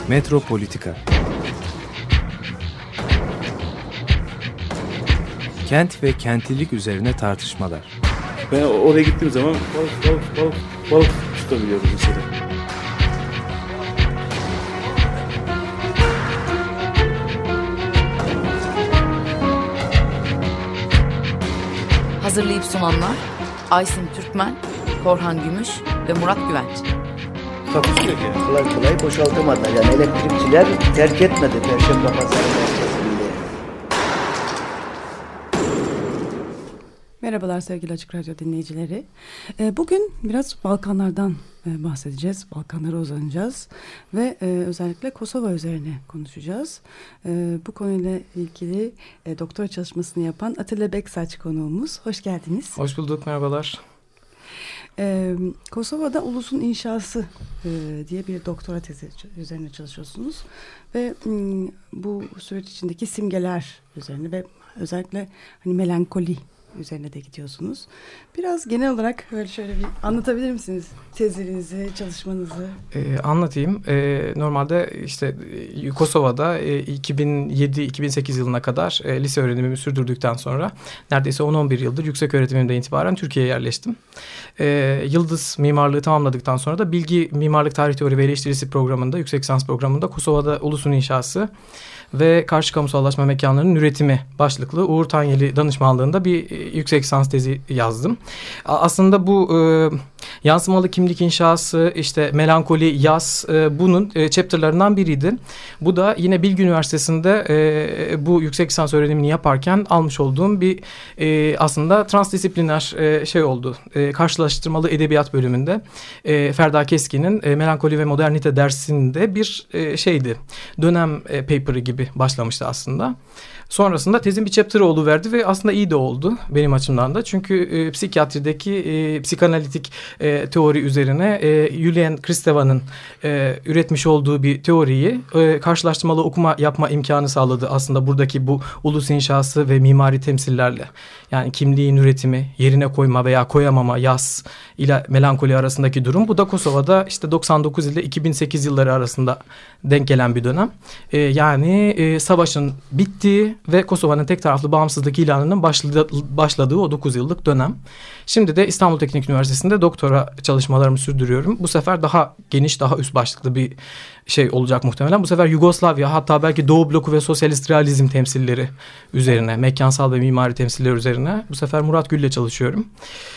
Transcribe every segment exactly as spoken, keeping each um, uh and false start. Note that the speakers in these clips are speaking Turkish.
Metropolitika. Kent ve kentlilik üzerine tartışmalar. Ben oraya gittiğim zaman balık balık balık balık tutabiliyordum mesela. Hazırlayıp sunanlar Aysin Türkmen, Korhan Gümüş ve Murat Güvenç. Takusuyor ki. Kolay kolay boşaltamadı. Yani elektrikçiler terk etmedi Perşembe Pazarı merkezinde. Merhabalar sevgili Açık Radyo dinleyicileri. Bugün biraz Balkanlardan bahsedeceğiz. Balkanlara uzanacağız. Ve özellikle Kosova üzerine konuşacağız. Bu konuyla ilgili doktora çalışmasını yapan Atilla Beksaç konuğumuz. Hoş geldiniz. Hoş bulduk, merhabalar. Ee, Kosova'da ulusun inşası e, diye bir doktora tezi üzerine çalışıyorsunuz ve m, bu süreç içindeki simgeler üzerine ve özellikle hani melankoli üzerine de gidiyorsunuz. Biraz genel olarak böyle şöyle bir anlatabilir misiniz tezlerinizi, çalışmanızı? Ee, anlatayım. Ee, normalde işte e, Kosova'da e, iki bin yedi iki bin sekiz yılına kadar e, lise öğrenimimi sürdürdükten sonra neredeyse on on bir yıldır yüksek öğretimimden itibaren Türkiye'ye yerleştim. Ee, Yıldız mimarlığı tamamladıktan sonra da Bilgi Mimarlık Tarih Teori ve Eleştirisi programında, yüksek lisans programında Kosova'da ulusun inşası ve karşı kamusallaşma mekanlarının üretimi başlıklı Uğur Tanyeli danışmanlığında bir e, yüksek lisans tezi yazdım. A, aslında bu e, yansımalı kimlik inşası, işte melankoli, yas e, bunun e, chapter'larından biriydi. Bu da yine Bilgi Üniversitesi'nde e, bu yüksek lisans öğrenimini yaparken almış olduğum bir e, aslında transdisipliner e, şey oldu. E, karşılaştırmalı edebiyat bölümünde e, Ferda Keskin'in e, melankoli ve modernite dersinde bir e, şeydi. Dönem e, paper'ı gibi başlamıştı aslında. Sonrasında tezin bir chapter'ı oluverdi ve aslında iyi de oldu benim açımdan da. Çünkü e, psikiyatrideki e, psikanalitik e, teori üzerine e, Julian Kristeva'nın e, üretmiş olduğu bir teoriyi e, karşılaştırmalı okuma yapma imkanı sağladı. Aslında buradaki bu ulus inşası ve mimari temsillerle. Yani kimliğin üretimi, yerine koyma veya koyamama, yas ile melankoli arasındaki durum. Bu da Kosova'da işte doksan dokuz ile iki bin sekiz yılları arasında denk gelen bir dönem. E, yani e, savaşın bittiği ve Kosova'nın tek taraflı bağımsızlık ilanının başladığı, başladığı o dokuz yıllık dönem. Şimdi de İstanbul Teknik Üniversitesi'nde doktora çalışmalarımı sürdürüyorum. Bu sefer daha geniş, daha üst başlıklı bir şey olacak muhtemelen. Bu sefer Yugoslavya, hatta belki Doğu bloku ve sosyalist realizm temsilleri üzerine, mekansal ve mimari temsiller üzerine. Bu sefer Murat Gül'le çalışıyorum.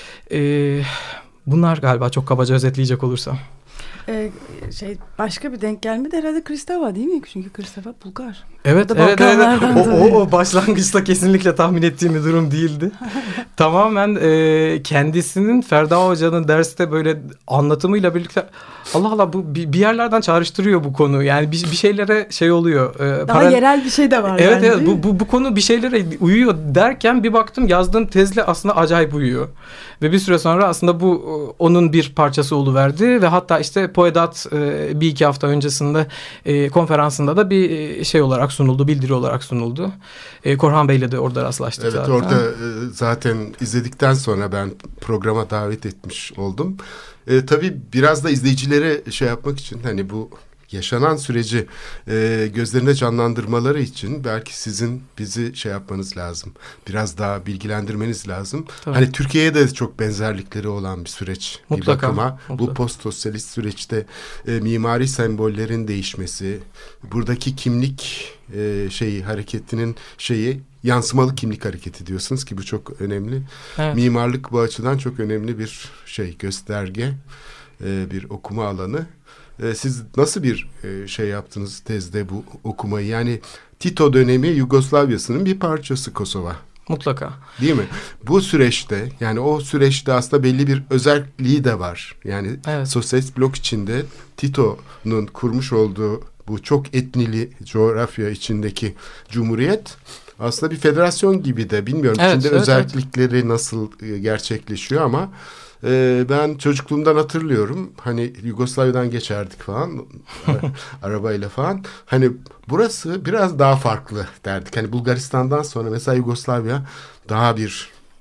Ee, bunlar galiba çok kabaca özetleyecek olursam. Ee, şey başka bir denk gelme de herhalde Kristeva değil mi? Çünkü Kristeva Bulgar. Evet, evet, evet. O, o, o başlangıçta kesinlikle tahmin ettiğim bir durum değildi. Tamamen e, kendisinin Ferda Hoca'nın derste böyle anlatımıyla birlikte Allah Allah bu bir, bir yerlerden çağrıştırıyor bu konu. Yani bir, bir şeylere şey oluyor. E, Daha paral- yerel bir şey de var. Evet, yani, evet. Bu, bu, bu konu bir şeylere uyuyor derken bir baktım yazdığım tezle aslında acayip uyuyor. Ve bir süre sonra aslında bu onun bir parçası oluverdi ve hatta işte Poedat e, bir iki hafta öncesinde e, konferansında da bir e, şey olarak sunuldu, bildiri olarak sunuldu. E, Korhan Bey'le de orada rastlaştık evet, zaten. Evet, orada e, zaten izledikten sonra ben programa davet etmiş oldum. E, tabii biraz da izleyicilere şey yapmak için hani bu yaşanan süreci e, gözlerinde canlandırmaları için belki sizin bizi şey yapmanız lazım. Biraz daha bilgilendirmeniz lazım. Tabii. Hani Türkiye'ye de çok benzerlikleri olan bir süreç. Mutlaka. Bir bakıma. Mutlaka. Bu post-sosyalist süreçte e, mimari sembollerin değişmesi, buradaki kimlik e, şeyi hareketinin şeyi yansımalı kimlik hareketi diyorsunuz ki bu çok önemli. Evet. Mimarlık bu açıdan çok önemli bir şey, gösterge, e, bir okuma alanı. Siz nasıl bir şey yaptınız tezde bu okumayı? Yani Tito dönemi Yugoslavya'sının bir parçası Kosova. Mutlaka. Değil mi? Bu süreçte yani o süreçte aslında belli bir özelliği de var. Yani evet. Sosyalist blok içinde Tito'nun kurmuş olduğu bu çok etnili coğrafya içindeki cumhuriyet aslında bir federasyon gibi de bilmiyorum. Evet, içinde evet, özellikleri evet. nasıl gerçekleşiyor ama Ee, ben çocukluğumdan hatırlıyorum. Hani Yugoslavya'dan geçerdik falan. arabayla falan. Hani burası biraz daha farklı derdik. Hani Bulgaristan'dan sonra mesela Yugoslavya daha bir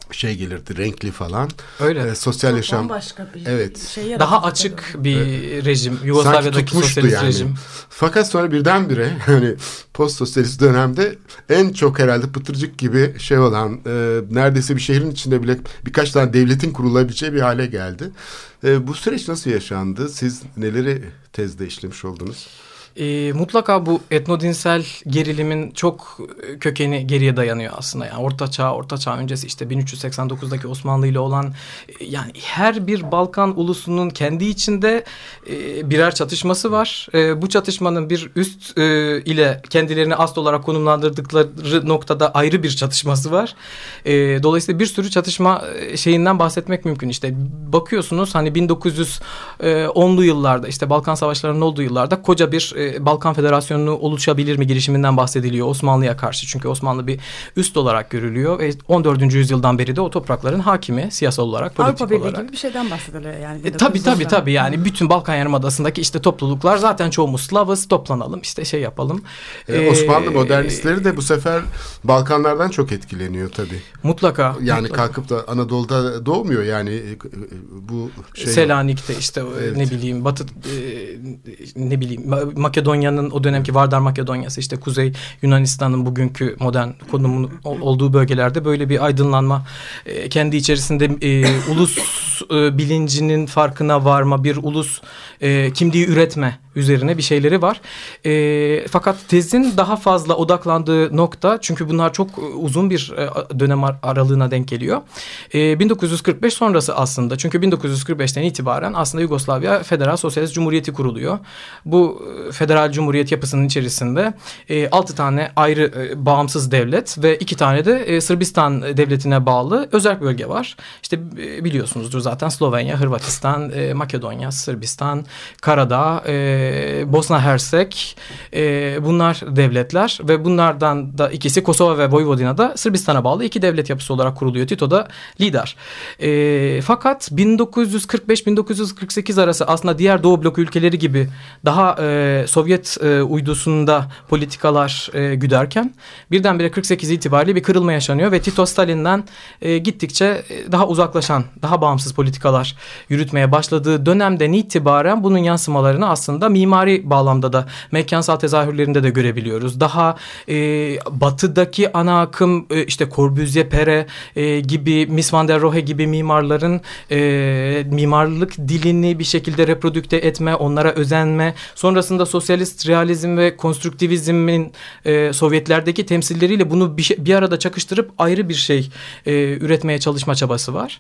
şey gelirdi, renkli falan. Öyle. E, sosyal Çok yaşam. Başka bir evet. şey daha açık bir evet. rejim. Yugoslavya'daki sosyalist yani. rejim. Fakat sonra birdenbire hani post sosyalist dönemde en çok herhalde Pıtırcık gibi şey olan e, neredeyse bir şehrin içinde bile birkaç tane devletin kurulabileceği bir hale geldi. E, bu süreç nasıl yaşandı? Siz neleri tezde işlemiş oldunuz? E, mutlaka bu etnodinsel gerilimin çok kökeni geriye dayanıyor aslında. Yani Orta Çağ, Orta Çağ öncesi işte bin üç yüz seksen dokuzdaki Osmanlı ile olan yani her bir Balkan ulusunun kendi içinde e, birer çatışması var. E, bu çatışmanın bir üst e, ile kendilerini ast olarak konumlandırdıkları noktada ayrı bir çatışması var. E, dolayısıyla bir sürü çatışma şeyinden bahsetmek mümkün. İşte bakıyorsunuz hani bin dokuz yüz onlu yıllarda işte Balkan Savaşları'nın olduğu yıllarda koca bir e, Balkan Federasyonu oluşabilir mi girişiminden bahsediliyor Osmanlı'ya karşı. Çünkü Osmanlı bir üst olarak görülüyor ve on dördüncü yüzyıldan beri de o toprakların hakimi siyasal olarak, politik Avrupa olarak. Avrupa Birliği gibi bir şeyden bahsediliyor yani. E, tabii tabii tabii yani bütün Balkan Yarımadası'ndaki işte topluluklar zaten çoğumuz Slavız, toplanalım işte şey yapalım. E, ee, Osmanlı modernistleri de bu sefer Balkanlardan çok etkileniyor tabii. Mutlaka. Yani mutlaka. kalkıp da Anadolu'da doğmuyor yani bu şey. Selanik'te işte evet. ne bileyim Batı e, ne bileyim Makedonya'nın o dönemki Vardar Makedonya'sı işte Kuzey Yunanistan'ın bugünkü modern konumunun olduğu bölgelerde böyle bir aydınlanma e, kendi içerisinde e, ulus e, bilincinin farkına varma, bir ulus e, kimliği üretme üzerine bir şeyleri var. E, fakat tezin daha fazla odaklandığı nokta, çünkü bunlar çok uzun bir e, dönem aralığına denk geliyor. E, bin dokuz yüz kırk beş sonrası aslında. Çünkü bin dokuz yüz kırk beşten itibaren aslında Yugoslavya Federal Sosyalist Cumhuriyeti kuruluyor. Bu e, Federal Cumhuriyet yapısının içerisinde e, altı tane ayrı e, bağımsız devlet ve iki tane de e, Sırbistan devletine bağlı özel bölge var. İşte e, biliyorsunuzdur zaten Slovenya, Hırvatistan, e, Makedonya, Sırbistan, Karadağ, e, Bosna Hersek, e, bunlar devletler ve bunlardan da ikisi Kosova ve Vojvodina'da Sırbistan'a bağlı iki devlet yapısı olarak kuruluyor. Tito da lider. E, fakat bin dokuz yüz kırk beş bin dokuz yüz kırk sekiz arası aslında diğer Doğu blok ülkeleri gibi daha e, Sovyet e, uydusunda politikalar e, güderken birdenbire kırk sekiz itibariyle bir kırılma yaşanıyor ve Tito Stalin'den e, gittikçe daha uzaklaşan, daha bağımsız politikalar yürütmeye başladığı dönemden itibaren bunun yansımalarını aslında mimari bağlamda da mekansal tezahürlerinde de görebiliyoruz. Daha e, batıdaki ana akım e, işte Corbusier, Pere e, gibi, Mies van der Rohe gibi mimarların e, mimarlık dilini bir şekilde reprodükte etme, onlara özenme, sonrasında sosyalist realizm ve konstruktivizmin e, Sovyetlerdeki temsilleriyle bunu bir, şey, bir arada çakıştırıp ayrı bir şey e, üretmeye çalışma çabası var.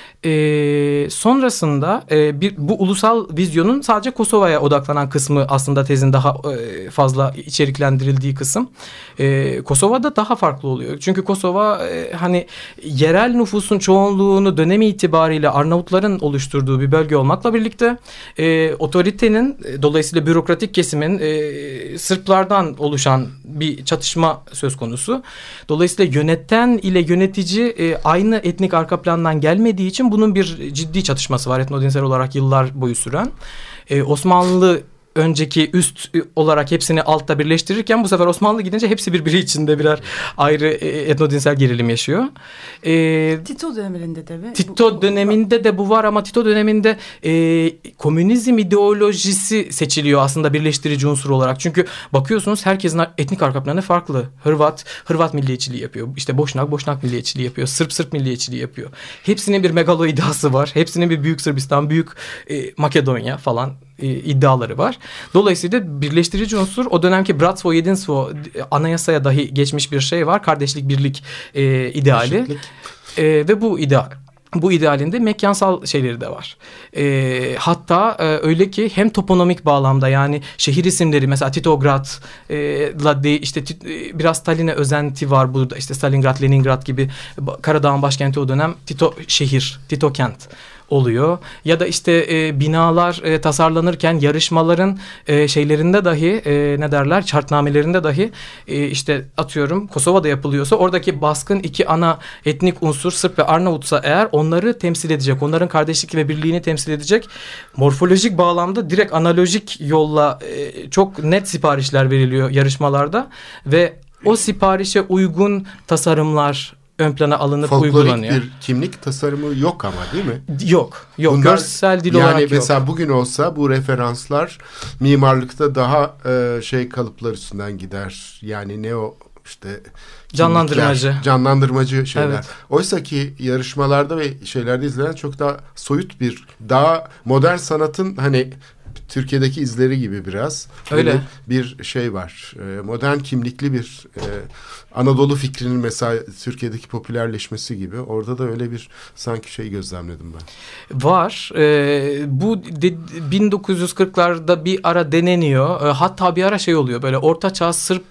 E, sonrasında e, bir, bu ulusal vizyonun sadece Kosova'ya odaklanan kısmı aslında tezin daha e, fazla içeriklendirildiği kısım. E, Kosova'da daha farklı oluyor. Çünkü Kosova e, hani yerel nüfusun çoğunluğunu dönemi itibariyle Arnavutların oluşturduğu bir bölge olmakla birlikte e, otoritenin e, dolayısıyla bürokratik kesimin e, Sırplardan oluşan bir çatışma söz konusu. Dolayısıyla yöneten ile yönetici e, aynı etnik arka plandan gelmediği için bunun bir ciddi çatışması var etnodinsel olarak yıllar boyu süren. Ee, Osmanlı önceki üst olarak hepsini altta birleştirirken bu sefer Osmanlı gidince hepsi birbiri içinde birer ayrı etnodinsel gerilim yaşıyor. Ee, Tito döneminde de mi? Tito döneminde de bu var ama Tito döneminde e, komünizm ideolojisi seçiliyor aslında birleştirici unsur olarak. Çünkü bakıyorsunuz herkesin etnik arka planı farklı. Hırvat, Hırvat milliyetçiliği yapıyor. İşte Boşnak, Boşnak milliyetçiliği yapıyor. Sırp, Sırp milliyetçiliği yapıyor. Hepsinin bir megalo iddiası var. Hepsinin bir Büyük Sırbistan, Büyük e, Makedonya falan e, iddiaları var. Dolayısıyla birleştirici unsur o dönemki Bratstvo Jedinstvo anayasaya dahi geçmiş bir şey var. Kardeşlik, birlik e, ideali. E, ve bu ideal. Bu idealinde mekansal şeyleri de var. E, hatta e, öyle ki hem toponomik bağlamda yani şehir isimleri mesela Titograd, e, işte e, biraz Stalin'e özenti var burada. İşte Stalingrad, Leningrad gibi Karadağ'ın başkenti o dönem Tito şehir, Tito kent oluyor. Ya da işte e, binalar e, tasarlanırken yarışmaların e, şeylerinde dahi e, ne derler şartnamelerinde dahi e, işte atıyorum Kosova'da yapılıyorsa oradaki baskın iki ana etnik unsur Sırp ve Arnavutsa eğer onları temsil edecek, onların kardeşlik ve birliğini temsil edecek morfolojik bağlamda direkt analojik yolla e, çok net siparişler veriliyor yarışmalarda ve o siparişe uygun tasarımlar ön plana alınıp folklorik uygulanıyor. Bir kimlik tasarımı yok ama değil mi? Yok. Yok. Bunlar, görsel dil yani olarak yok. Yani mesela bugün olsa bu referanslar mimarlıkta daha e, şey kalıplar üstünden gider. Yani ne o işte canlandırmacı. Canlandırmacı şeyler. Evet. Oysa ki yarışmalarda ve şeylerde izlenen çok daha soyut bir, daha modern sanatın hani Türkiye'deki izleri gibi biraz. Öyle. Böyle bir şey var. E, modern kimlikli bir e, Anadolu fikrinin mesela Türkiye'deki popülerleşmesi gibi. Orada da öyle bir sanki şey gözlemledim ben. Var. E, bu de, bin dokuz yüz kırklarda bir ara deneniyor. E, hatta bir ara şey oluyor. Böyle Ortaçağ Sırp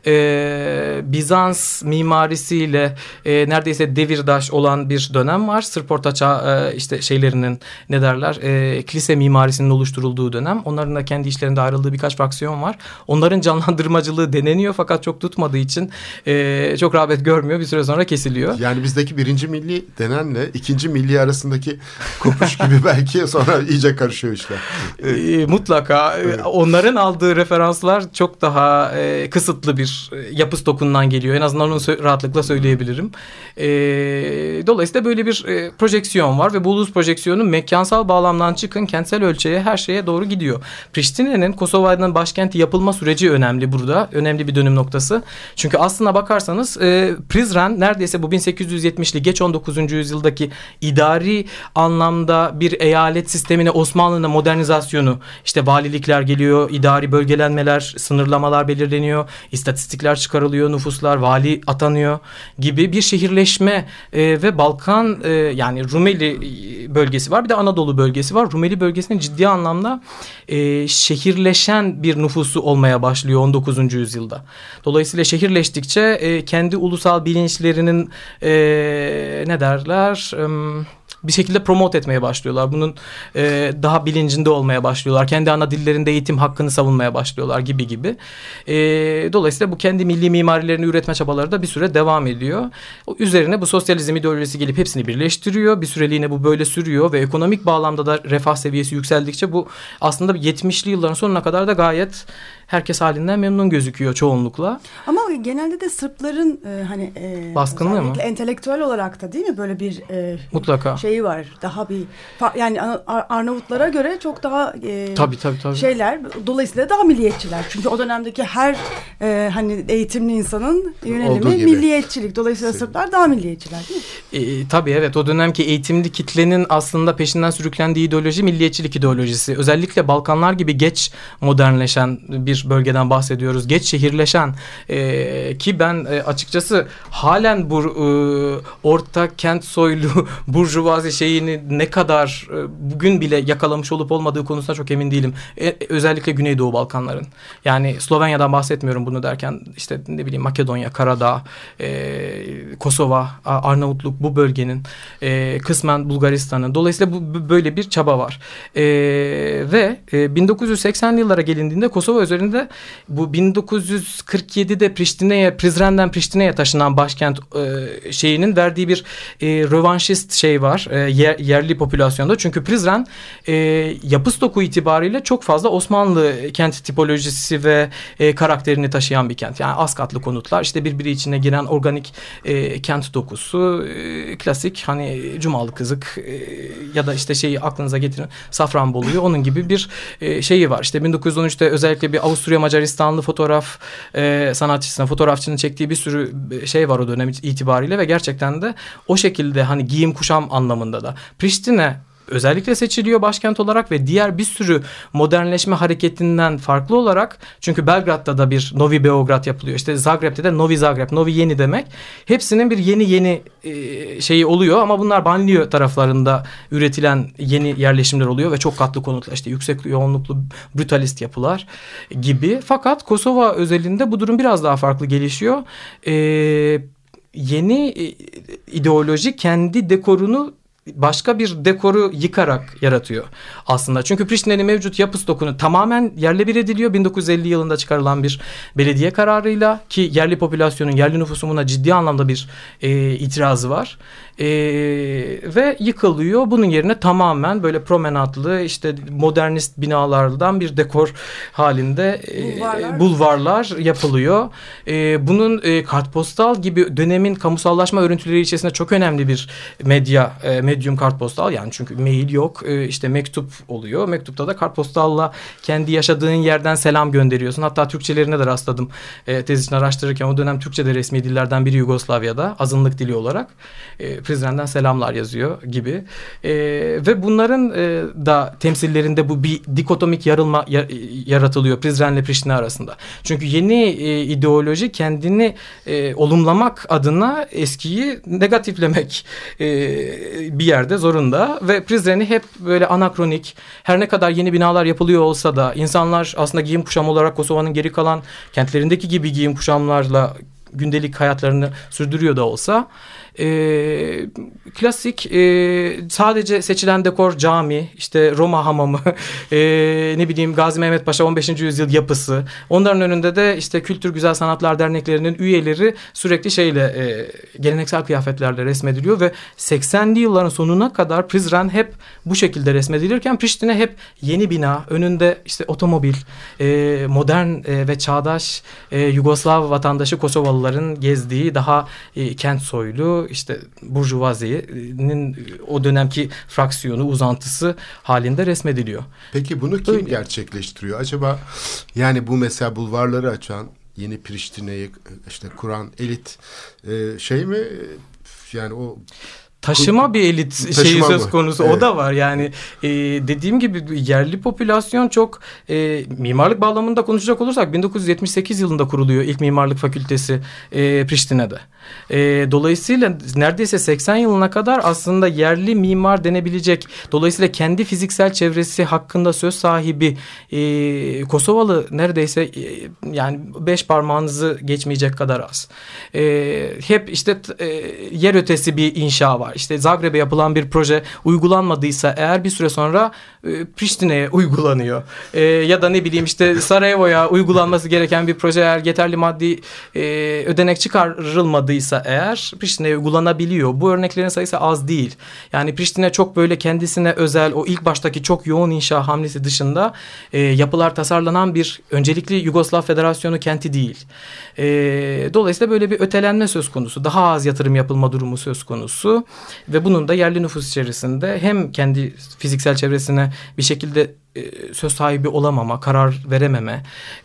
e, Bizans mimarisiyle e, neredeyse devirdaş olan bir dönem var. Sırp Ortaçağ e, işte şeylerinin ne derler? E, kilise mimarisinin oluşturulduğu dönem. Onların da kendi işlerinde ayrıldığı birkaç fraksiyon var. Onların canlandırmacılığı deneniyor fakat çok tutmadığı için e, çok rağbet görmüyor. Bir süre sonra kesiliyor. Yani bizdeki birinci milli denenle ikinci milli arasındaki kopuş gibi belki sonra iyice karışıyor işler. E, mutlaka. Evet. Onların aldığı referanslar çok daha e, kısıtlı bir yapı stokundan geliyor. En azından onu sö- rahatlıkla söyleyebilirim. E, dolayısıyla böyle bir e, projeksiyon var ve bu ulus projeksiyonu mekansal bağlamdan çıkın kentsel ölçeğe her şeye doğru gidiyor. Priştine'nin Kosova'nın başkenti yapılma süreci önemli burada. Önemli bir dönüm noktası. Çünkü aslına bakarsanız e, Prizren neredeyse bu bin sekiz yüz yetmişli geç on dokuzuncu yüzyıldaki idari anlamda bir eyalet sistemine Osmanlı'nın modernizasyonu, işte valilikler geliyor, idari bölgelenmeler, sınırlamalar belirleniyor, istatistikler çıkarılıyor, nüfuslar, vali atanıyor gibi bir şehirleşme e, ve Balkan e, yani Rumeli bölgesi var, bir de Anadolu bölgesi var. Rumeli bölgesinin ciddi anlamda e, şehirleşen bir nüfusu olmaya başlıyor on dokuzuncu yüzyılda. Dolayısıyla şehirleştikçe e, kendi ulusal bilinçlerinin e, ne derler e, bir şekilde promote etmeye başlıyorlar. Bunun e, daha bilincinde olmaya başlıyorlar. Kendi ana dillerinde eğitim hakkını savunmaya başlıyorlar gibi gibi. E, dolayısıyla bu kendi milli mimarilerini üretme çabaları da bir süre devam ediyor. O üzerine bu sosyalizm ideolojisi gelip hepsini birleştiriyor. Bir süreliğine bu böyle sürüyor ve ekonomik bağlamda da refah seviyesi yükseldikçe bu aslında yetmişli yılların sonuna kadar da gayet herkes halinden memnun gözüküyor çoğunlukla. Ama genelde de Sırpların e, hani e, baskınlığı mı? Entelektüel olarak da değil mi böyle bir e, mutlaka şeyi var. Daha bir yani Ar- Arnavutlara göre çok daha e, tabii, tabii, tabii. şeyler. Dolayısıyla daha milliyetçiler. Çünkü o dönemdeki her e, hani eğitimli insanın yönelimi milliyetçilik. Dolayısıyla Senin. Sırplar daha milliyetçiler değil mi? E, tabii evet. O dönemki eğitimli kitlenin aslında peşinden sürüklendiği ideoloji milliyetçilik ideolojisi. Özellikle Balkanlar gibi geç modernleşen bir bölgeden bahsediyoruz. Geç şehirleşen e, ki ben e, açıkçası halen bu e, orta kent soylu burjuvazi şeyini ne kadar e, bugün bile yakalamış olup olmadığı konusunda çok emin değilim. E, özellikle Güneydoğu Balkanların. Yani Slovenya'dan bahsetmiyorum bunu derken işte ne bileyim Makedonya, Karadağ, e, Kosova, Arnavutluk bu bölgenin e, kısmen Bulgaristan'ın. Dolayısıyla bu böyle bir çaba var. E, ve e, bin dokuz yüz seksenli yıllara gelindiğinde Kosova üzerinde bu bin dokuz yüz kırk yedide Priştine'ye, Prizren'den Priştine'ye taşınan başkent e, şeyinin verdiği bir e, rövanşist şey var. E, yer, yerli popülasyonda. Çünkü Prizren e, yapı stoku itibariyle çok fazla Osmanlı kent tipolojisi ve e, karakterini taşıyan bir kent. Yani az katlı konutlar, işte birbiri içine giren organik e, kent dokusu, e, klasik hani Cumalı Kızık e, ya da işte şeyi aklınıza getirin Safranbolu'yu, onun gibi bir e, şeyi var. İşte bin dokuz yüz on üçte özellikle bir Avusturya Macaristanlı fotoğraf e, sanatçısına, fotoğrafçının çektiği bir sürü şey var o dönem itibariyle ve gerçekten de o şekilde hani giyim kuşam anlamında da. Priştine özellikle seçiliyor başkent olarak ve diğer bir sürü modernleşme hareketinden farklı olarak, çünkü Belgrad'da da bir Novi Beograd yapılıyor. İşte Zagreb'de de Novi Zagreb, Novi yeni demek. Hepsinin bir yeni yeni e, şeyi oluyor ama bunlar banliyö taraflarında üretilen yeni yerleşimler oluyor ve çok katlı konutlar, işte yüksek yoğunluklu brutalist yapılar gibi. Fakat Kosova özelinde bu durum biraz daha farklı gelişiyor. Eee yeni ideoloji kendi dekorunu başka bir dekoru yıkarak yaratıyor aslında. Çünkü Priştine'nin mevcut yapı stokunu tamamen yerle bir ediliyor. bin dokuz yüz elli yılında çıkarılan bir belediye kararıyla, ki yerli popülasyonun, yerli nüfusun buna ciddi anlamda bir e, itirazı var. E, ve yıkılıyor. Bunun yerine tamamen böyle promenatlı, işte modernist binalardan bir dekor halinde e, bulvarlar. bulvarlar yapılıyor. E, bunun e, kartpostal gibi dönemin kamusallaşma örüntüleri içerisinde çok önemli bir medya, e, medyum kartpostal. Yani çünkü mail yok, e, işte mektup oluyor. Mektupta da kartpostalla kendi yaşadığın yerden selam gönderiyorsun. Hatta Türkçelerine de rastladım e, tez için araştırırken. O dönem Türkçe de resmi dillerden biri Yugoslavya'da, azınlık dili olarak. E, Prizren'den selamlar yazıyor gibi. E, ve bunların e, da temsillerinde bu bir dikotomik yarılma ya, yaratılıyor Prizren'le Priştine arasında. Çünkü yeni e, ideoloji kendini e, olumlamak adına eskiyi negatiflemek e, bir yerde zorunda ve Prizren'i hep böyle anakronik, her ne kadar yeni binalar yapılıyor olsa da insanlar aslında giyim kuşam olarak Kosova'nın geri kalan kentlerindeki gibi giyim kuşamlarla gündelik hayatlarını sürdürüyor da olsa e, klasik e, sadece seçilen dekor cami, işte Roma hamamı, e, ne bileyim Gazi Mehmet Paşa on beşinci yüzyıl yapısı, onların önünde de işte Kültür Güzel Sanatlar Derneklerinin üyeleri sürekli şeyle e, geleneksel kıyafetlerle resmediliyor ve seksenli yılların sonuna kadar Prizren hep bu şekilde resmedilirken Priştine hep yeni bina, önünde işte otomobil, e, modern e, ve çağdaş e, Yugoslav vatandaşı Kosovalıların gezdiği daha e, kent soylu, işte burjuvazinin o dönemki fraksiyonu, uzantısı halinde resmediliyor. Peki bunu kim Öyle. gerçekleştiriyor? Acaba yani bu mesela bulvarları açan, yeni Priştine'yi işte kuran elit e, şey mi? Yani o taşıma bir elit taşıma şeyi mı? söz konusu. Evet. O da var. Yani e, dediğim gibi yerli popülasyon çok e, mimarlık bağlamında konuşacak olursak bin dokuz yüz yetmiş sekiz yılında kuruluyor ilk mimarlık fakültesi e, Priştine'de. E, dolayısıyla neredeyse seksen yılına kadar aslında yerli mimar denebilecek, dolayısıyla kendi fiziksel çevresi hakkında söz sahibi e, Kosovalı neredeyse e, yani beş parmağınızı geçmeyecek kadar az. E, hep işte e, yer ötesi bir inşa var. İşte Zagreb'e yapılan bir proje uygulanmadıysa eğer bir süre sonra e, Priştine'ye uygulanıyor. E, ya da ne bileyim işte Sarajevo'ya uygulanması gereken bir proje eğer yeterli maddi e, ödenek çıkarılmadıysa eğer Priştine'ye uygulanabiliyor. Bu örneklerin sayısı az değil. Yani Priştine çok böyle kendisine özel o ilk baştaki çok yoğun inşa hamlesi dışında e, yapılar tasarlanan bir öncelikli Yugoslav Federasyonu kenti değil. E, dolayısıyla böyle bir ötelenme söz konusu. Daha az yatırım yapılma durumu söz konusu. Ve bunun da yerli nüfus içerisinde hem kendi fiziksel çevresine bir şekilde e, söz sahibi olamama, karar verememe,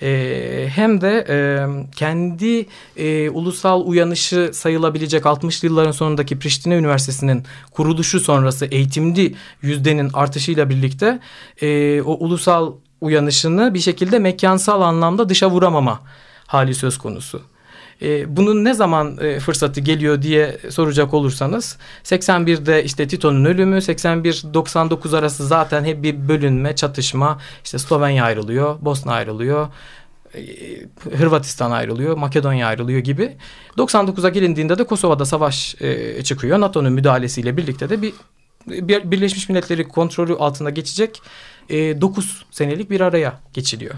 e, hem de e, kendi e, ulusal uyanışı sayılabilecek altmışlı yılların sonundaki Priştine Üniversitesi'nin kuruluşu sonrası eğitimli yüzdenin artışıyla birlikte e, o ulusal uyanışını bir şekilde mekansal anlamda dışa vuramama hali söz konusu. E, bunun ne zaman e, fırsatı geliyor diye soracak olursanız seksen birde işte Tito'nun ölümü, seksen bir doksan dokuz arası zaten hep bir bölünme, çatışma. İşte Slovenya ayrılıyor, Bosna ayrılıyor, e, Hırvatistan ayrılıyor, Makedonya ayrılıyor gibi. doksan dokuza gelindiğinde de Kosova'da savaş e, çıkıyor. NATO'nun müdahalesiyle birlikte de bir, bir Birleşmiş Milletleri kontrolü altında geçecek e, dokuz senelik bir araya geçiliyor.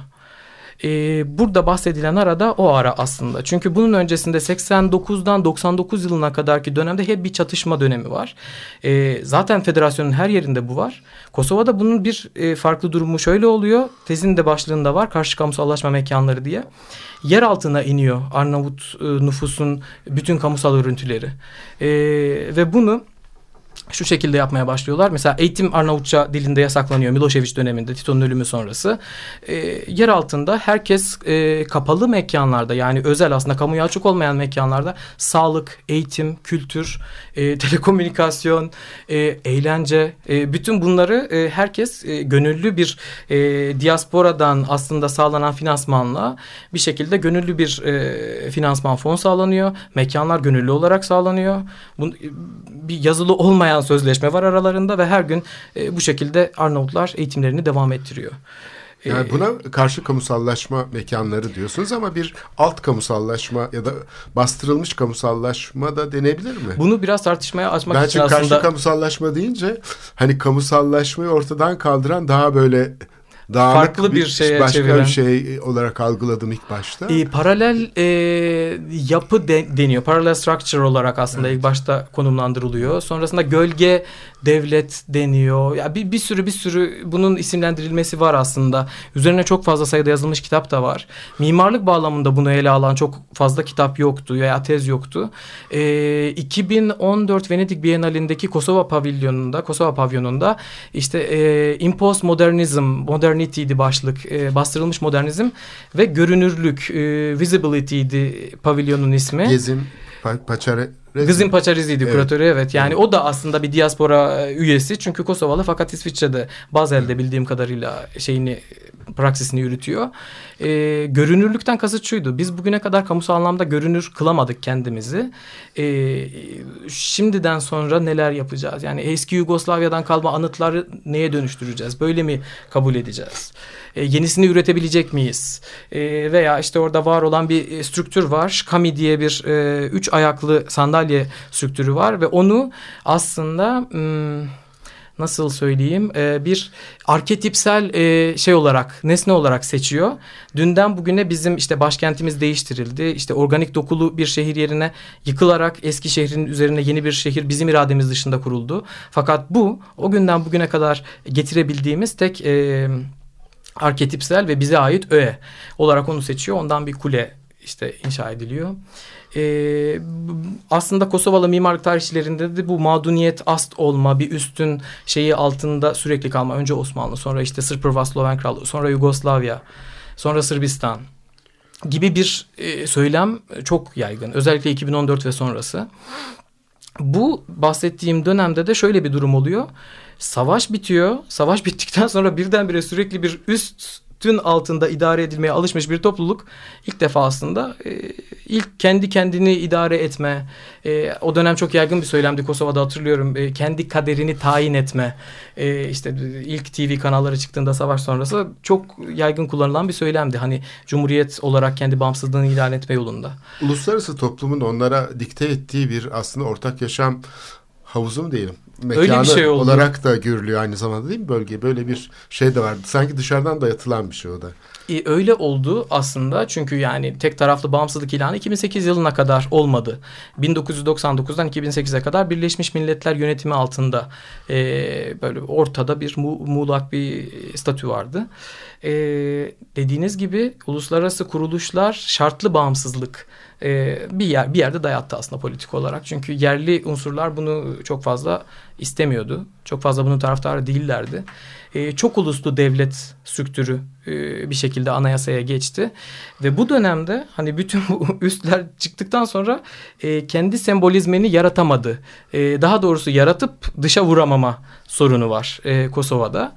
Ee, burada bahsedilen arada o ara aslında. Çünkü bunun öncesinde seksen dokuzdan doksan dokuz yılına kadarki dönemde hep bir çatışma dönemi var. Ee, zaten federasyonun her yerinde bu var. Kosova'da bunun bir e, farklı durumu şöyle oluyor. Tezin de başlığında var. Karşı kamusallaşma mekanları diye. Yer altına iniyor Arnavut e, nüfusun bütün kamusal örüntüleri. E, ve bunu şu şekilde yapmaya başlıyorlar. Mesela eğitim Arnavutça dilinde yasaklanıyor Milošević döneminde, Tito'nun ölümü sonrası. E, yer altında herkes e, kapalı mekanlarda, yani özel aslında kamuya açık olmayan mekanlarda sağlık, eğitim, kültür, e, telekomünikasyon, e, eğlence, e, bütün bunları e, herkes e, gönüllü bir e, diasporadan aslında sağlanan finansmanla bir şekilde gönüllü bir e, finansman fon sağlanıyor. Mekanlar gönüllü olarak sağlanıyor. Bunun, bir yazılı olmayan sözleşme var aralarında ve her gün e, bu şekilde Arnavutlar eğitimlerini devam ettiriyor. Yani buna karşı kamusallaşma mekanları diyorsunuz ama bir alt kamusallaşma ya da bastırılmış kamusallaşma da denebilir mi? Bunu biraz tartışmaya açmak ben için aslında... Ben karşı kamusallaşma deyince hani kamusallaşmayı ortadan kaldıran daha böyle dağınık farklı bir, bir şeye başka çeviren. bir şey olarak algıladım ilk başta. E, paralel e, yapı de, deniyor. Parallel structure olarak aslında evet. ilk başta konumlandırılıyor. Sonrasında gölge devlet deniyor. Ya bir, bir sürü bir sürü bunun isimlendirilmesi var aslında. Üzerine çok fazla sayıda yazılmış kitap da var. Mimarlık bağlamında bunu ele alan çok fazla kitap yoktu veya tez yoktu. E, iki bin on dört Venedik Bienalindeki Kosova pavilyonunda, Kosova pavyonunda işte e, Imposed Modernism, Modernity'di başlık. E, bastırılmış modernizm ve görünürlük, e, Visibility'di pavilyonun ismi. Gezin pa- Paçare Gizim Paçarizi'ydi evet. kuratörü evet. Yani evet. o da aslında bir diaspora üyesi. Çünkü Kosovalı fakat İsviçre'de Basel'de bildiğim kadarıyla şeyini praksisini yürütüyor. Ee, görünürlükten kasıt şuydu. Biz bugüne kadar kamusal anlamda görünür kılamadık kendimizi. Ee, şimdiden sonra neler yapacağız? Yani eski Yugoslavya'dan kalma anıtları neye dönüştüreceğiz? Böyle mi kabul edeceğiz? Ee, yenisini üretebilecek miyiz? Ee, veya işte orada var olan bir strüktür var. Şkami diye bir e, üç ayaklı sandalye strüktürü var ve onu aslında... Hmm, nasıl söyleyeyim e, bir arketipsel e, şey olarak nesne olarak seçiyor. Dünden bugüne bizim işte başkentimiz değiştirildi. İşte organik dokulu bir şehir yerine yıkılarak eski şehrin üzerine yeni bir şehir bizim irademiz dışında kuruldu. Fakat bu o günden bugüne kadar getirebildiğimiz tek e, arketipsel ve bize ait öğe olarak onu seçiyor. Ondan bir kule işte inşa ediliyor. Ee, aslında Kosovalı mimarlık tarihçilerinde de bu mağduniyet, ast olma, bir üstün şeyi altında sürekli kalma. Önce Osmanlı, sonra işte Sırp Sloven Krallığı, sonra Yugoslavya, sonra Sırbistan gibi bir e, söylem çok yaygın. Özellikle iki bin on dört ve sonrası. Bu bahsettiğim dönemde de şöyle bir durum oluyor. Savaş bitiyor. Savaş bittikten sonra birdenbire sürekli bir üst tün altında idare edilmeye alışmış bir topluluk ilk defa aslında e, ilk kendi kendini idare etme, e, o dönem çok yaygın bir söylemdi Kosova'da hatırlıyorum, e, kendi kaderini tayin etme, e, işte ilk T V kanalları çıktığında savaş sonrası çok yaygın kullanılan bir söylemdi. Hani Cumhuriyet olarak kendi bağımsızlığını ilan etme yolunda. Uluslararası toplumun onlara dikte ettiği bir aslında ortak yaşam havuzu mu diyelim? Mekanı öyle bir şey oldu. Olarak da görülüyor aynı zamanda değil mi bölge? Böyle bir şey de vardı. Sanki dışarıdan dayatılan bir şey o da. E, öyle oldu aslında. Çünkü yani tek taraflı bağımsızlık ilanı iki bin sekiz yılına kadar olmadı. bin dokuz yüz doksan dokuzdan iki bin sekize kadar Birleşmiş Milletler yönetimi altında e, böyle ortada bir mu, muğlak bir statü vardı. E, dediğiniz gibi uluslararası kuruluşlar şartlı bağımsızlık bir yer bir yerde dayattı aslında politik olarak. Çünkü yerli unsurlar bunu çok fazla istemiyordu. Çok fazla bunun taraftarı değillerdi. Ee, çok uluslu devlet strüktürü e, bir şekilde anayasaya geçti. Ve bu dönemde hani bütün bu üstler çıktıktan sonra e, kendi sembolizmini yaratamadı. E, daha doğrusu yaratıp dışa vuramama sorunu var e, Kosova'da.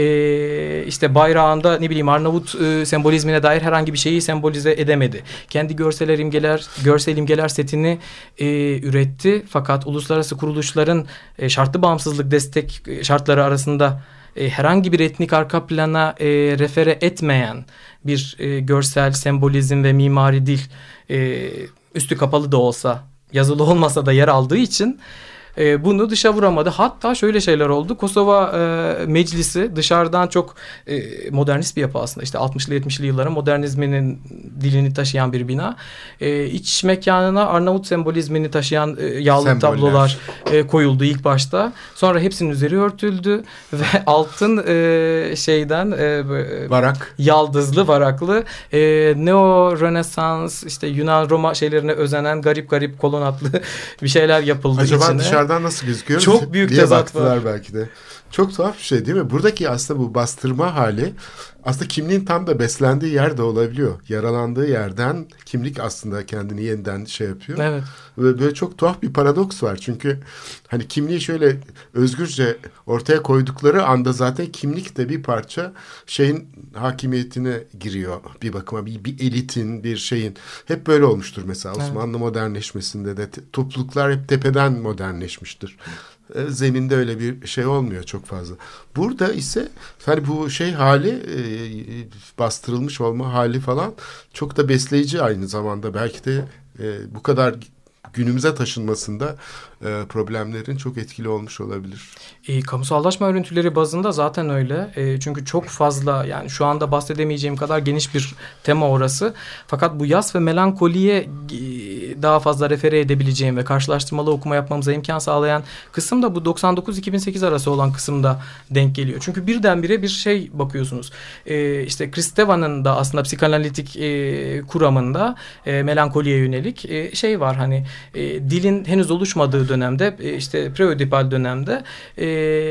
E, işte bayrağında ne bileyim Arnavut e, sembolizmine dair herhangi bir şeyi sembolize edemedi. Kendi görsel imgeler, görsel imgeler setini e, üretti. Fakat uluslararası kuruluşların e, şartlı bağımsızlık destek şartları arasında E, herhangi bir etnik arka plana e, refere etmeyen bir e, görsel sembolizm ve mimari dil e, üstü kapalı da olsa yazılı olmasa da yer aldığı için e, bunu dışa vuramadı. Hatta şöyle şeyler oldu. Kosova e, Meclisi dışarıdan çok e, modernist bir yapı aslında. İşte altmışlı yetmişli yılların modernizminin dilini taşıyan bir bina. E, iç mekanına Arnavut sembolizmini taşıyan e, yağlı Semboller. tablolar e, koyuldu ilk başta. Sonra hepsinin üzeri örtüldü ve altın e, şeyden e, varak, yaldızlı, varaklı e, neo-rönesans işte Yunan Roma şeylerine özenen garip garip kolonatlı bir şeyler yapıldı. Acaba içine. Dışarıdan nasıl gözüküyor? Çok büyük diye tezat baktılar var. Belki de. Çok tuhaf bir şey değil mi? Buradaki aslında bu bastırma hali aslında kimliğin tam da beslendiği yer de olabiliyor. Yaralandığı yerden kimlik aslında kendini yeniden şey yapıyor. Evet. Ve böyle çok tuhaf bir paradoks var. Çünkü hani kimliği şöyle özgürce ortaya koydukları anda zaten kimlik de bir parça şeyin hakimiyetine giriyor bir bakıma. Bir, bir elitin, bir şeyin. Hep böyle olmuştur mesela Osmanlı evet. modernleşmesinde de topluluklar hep tepeden modernleşiyor. yerleşmiştir. E, zeminde öyle bir şey olmuyor çok fazla. Burada ise hani bu şey hali e, bastırılmış olma hali falan çok da besleyici aynı zamanda. Belki de e, bu kadar günümüze taşınmasında e, problemlerin çok etkili olmuş olabilir. E, kamusallaşma örüntüleri bazında zaten öyle. E, çünkü çok fazla, yani şu anda bahsedemeyeceğim kadar geniş bir tema orası. Fakat bu yas ve melankoliye e, daha fazla refere edebileceğim ve karşılaştırmalı okuma yapmamıza imkan sağlayan kısım da bu doksan dokuz iki bin sekiz arası olan kısımda denk geliyor. Çünkü birdenbire bir şey bakıyorsunuz. E, işte Kristeva'nın da aslında psikanalitik e, kuramında e, melankoliye yönelik e, şey var, hani e, dilin henüz oluşmadığı dönemde, e, işte preödipal dönemde e,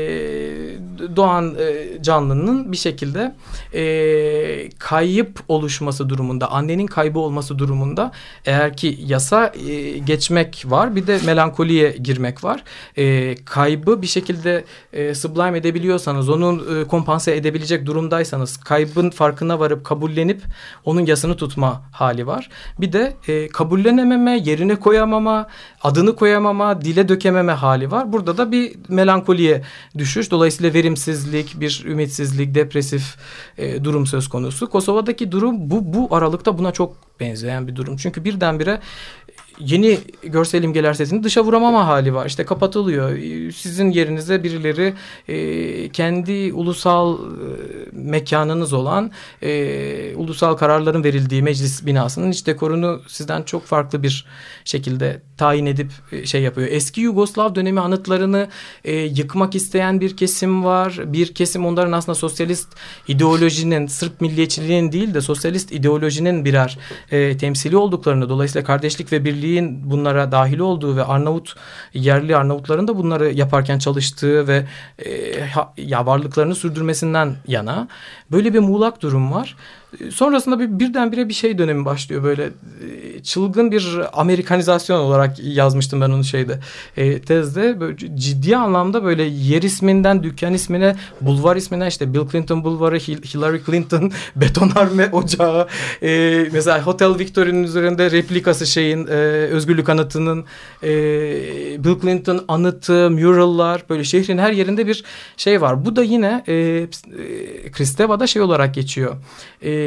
doğan e, canlının bir şekilde e, kayıp oluşması durumunda, annenin kaybı olması durumunda, eğer ki yasa e, geçmek var, bir de melankoliye girmek var. E, kaybı bir şekilde e, sublime edebiliyorsanız, onu e, kompanse edebilecek durumdaysanız, kaybın farkına varıp kabullenip onun yasını tutma hali var. Bir de e, kabullenememe, yerine koyamama, adını koyamama, dile dökememe hali var. Burada da bir melankoliye düşüş. Dolayısıyla verimsizlik, bir ümitsizlik, depresif e, durum söz konusu. Kosova'daki durum bu, bu aralıkta buna çok benzeyen bir durum. Çünkü birdenbire yeni görsel imgeler setini dışa vuramama hali var. İşte kapatılıyor. Sizin yerinize birileri e, kendi ulusal e, mekanınız olan e, ulusal kararların verildiği meclis binasının iç dekorunu sizden çok farklı bir şekilde tayin edip e, şey yapıyor. Eski Yugoslav dönemi anıtlarını e, yıkmak isteyen bir kesim var. Bir kesim onların aslında sosyalist ideolojinin, Sırp milliyetçiliğinin değil de sosyalist ideolojinin birer e, temsili olduklarını, dolayısıyla kardeşlik ve birliğin bunlara dahil olduğu ve Arnavut, yerli Arnavutların da bunları yaparken çalıştığı ve e, ha, ya varlıklarını sürdürmesinden yana böyle bir muğlak durum var. Sonrasında bir, birdenbire bir şey dönemi başlıyor, böyle e, çılgın bir Amerikanizasyon olarak yazmıştım ben onu şeyde e, tezde. Böyle ciddi anlamda böyle yer isminden dükkan ismine, bulvar ismine, işte Bill Clinton bulvarı, Hillary Clinton betonarme ocağı, e, mesela Hotel Victoria'nın üzerinde replikası şeyin, e, özgürlük anıtının, e, Bill Clinton anıtı, murallar, böyle şehrin her yerinde bir şey var. Bu da yine e, e, Kristeva'da şey olarak geçiyor. E,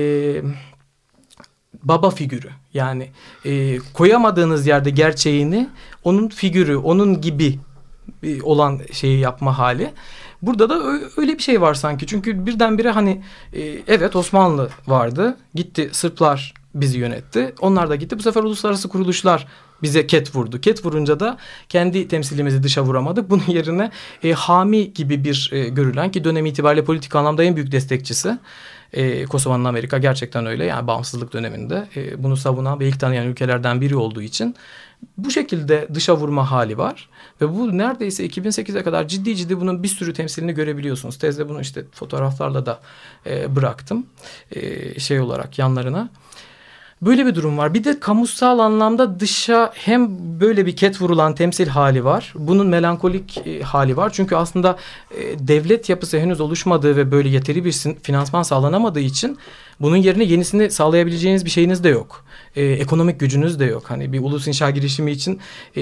baba figürü, yani e, koyamadığınız yerde gerçeğini, onun figürü, onun gibi e, olan şeyi yapma hali. Burada da öyle bir şey var sanki. Çünkü birdenbire hani e, evet Osmanlı vardı, gitti Sırplar bizi yönetti, onlar da gitti, bu sefer uluslararası kuruluşlar bize ket vurdu. Ket vurunca da kendi temsilimizi dışa vuramadık. Bunun yerine e, hami gibi bir e, görülen, ki dönem itibariyle politik anlamda en büyük destekçisi Ee, Kosova'nın Amerika, gerçekten öyle, yani bağımsızlık döneminde e, bunu savunan ve ilk tanıyan ülkelerden biri olduğu için bu şekilde dışa vurma hali var ve bu neredeyse iki bin sekize kadar ciddi ciddi bunun bir sürü temsilini görebiliyorsunuz. Tezde bunu işte fotoğraflarla da e, bıraktım e, şey olarak yanlarına. Böyle bir durum var. Bir de kamusal anlamda dışa hem böyle bir ket vurulan temsil hali var. Bunun melankolik e, hali var. Çünkü aslında e, devlet yapısı henüz oluşmadığı ve böyle yeteri bir finansman sağlanamadığı için bunun yerine yenisini sağlayabileceğiniz bir şeyiniz de yok. E, ekonomik gücünüz de yok. Hani bir ulus inşa girişimi için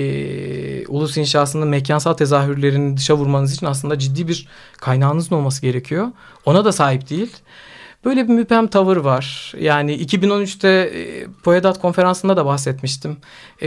e, ulus inşasının mekansal tezahürlerini dışa vurmanız için aslında ciddi bir kaynağınızın olması gerekiyor. Ona da sahip değil. Böyle bir müphem tavır var. Yani iki bin on üçte e, Poedat konferansında da bahsetmiştim. E,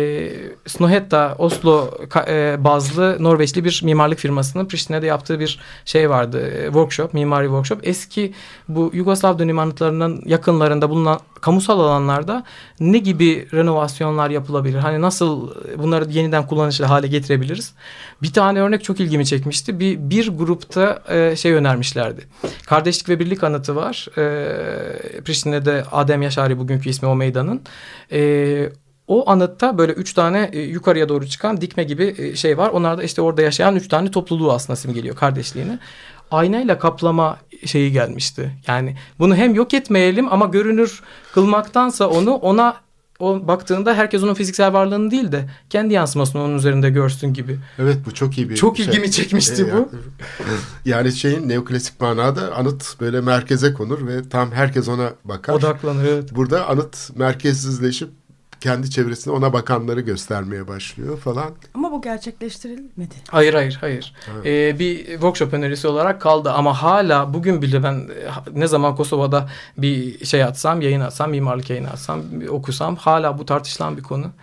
Snohetta, Oslo e, bazlı Norveçli bir mimarlık firmasının Priştine'de yaptığı bir şey vardı. E, workshop, mimari workshop. Eski bu Yugoslav dönemi anıtlarının yakınlarında bulunan kamusal alanlarda ne gibi renovasyonlar yapılabilir? Hani nasıl bunları yeniden kullanışlı hale getirebiliriz? Bir tane örnek çok ilgimi çekmişti. Bir, bir grupta e, şey önermişlerdi. Kardeşlik ve Birlik anıtı var. var. E, Priştine'de Adem Yaşari, bugünkü ismi o meydanın. E, o anıtta böyle üç tane e, yukarıya doğru çıkan dikme gibi e, şey var. Onlar da işte orada yaşayan üç tane topluluğu aslında simgeliyor, kardeşliğini. Aynayla kaplama şeyi gelmişti. Yani bunu hem yok etmeyelim ama görünür kılmaktansa onu ona o baktığında herkes onun fiziksel varlığını değil de kendi yansımasını onun üzerinde görsün gibi. Evet, bu çok iyi bir Çok şey. ilgimi çekmişti ee, bu. Yani şeyin neoklasik manada anıt böyle merkeze konur ve tam herkes ona bakar. Odaklanır, evet. Burada anıt merkezsizleşip kendi çevresinde ona bakanları göstermeye başlıyor falan. Ama bu gerçekleştirilmedi. Hayır hayır hayır. Evet. Ee, bir workshop önerisi olarak kaldı ama hala bugün bile ben ne zaman Kosova'da bir şey atsam, yayın atsam, mimarlık yayını atsam, okusam hala bu tartışılan bir konu.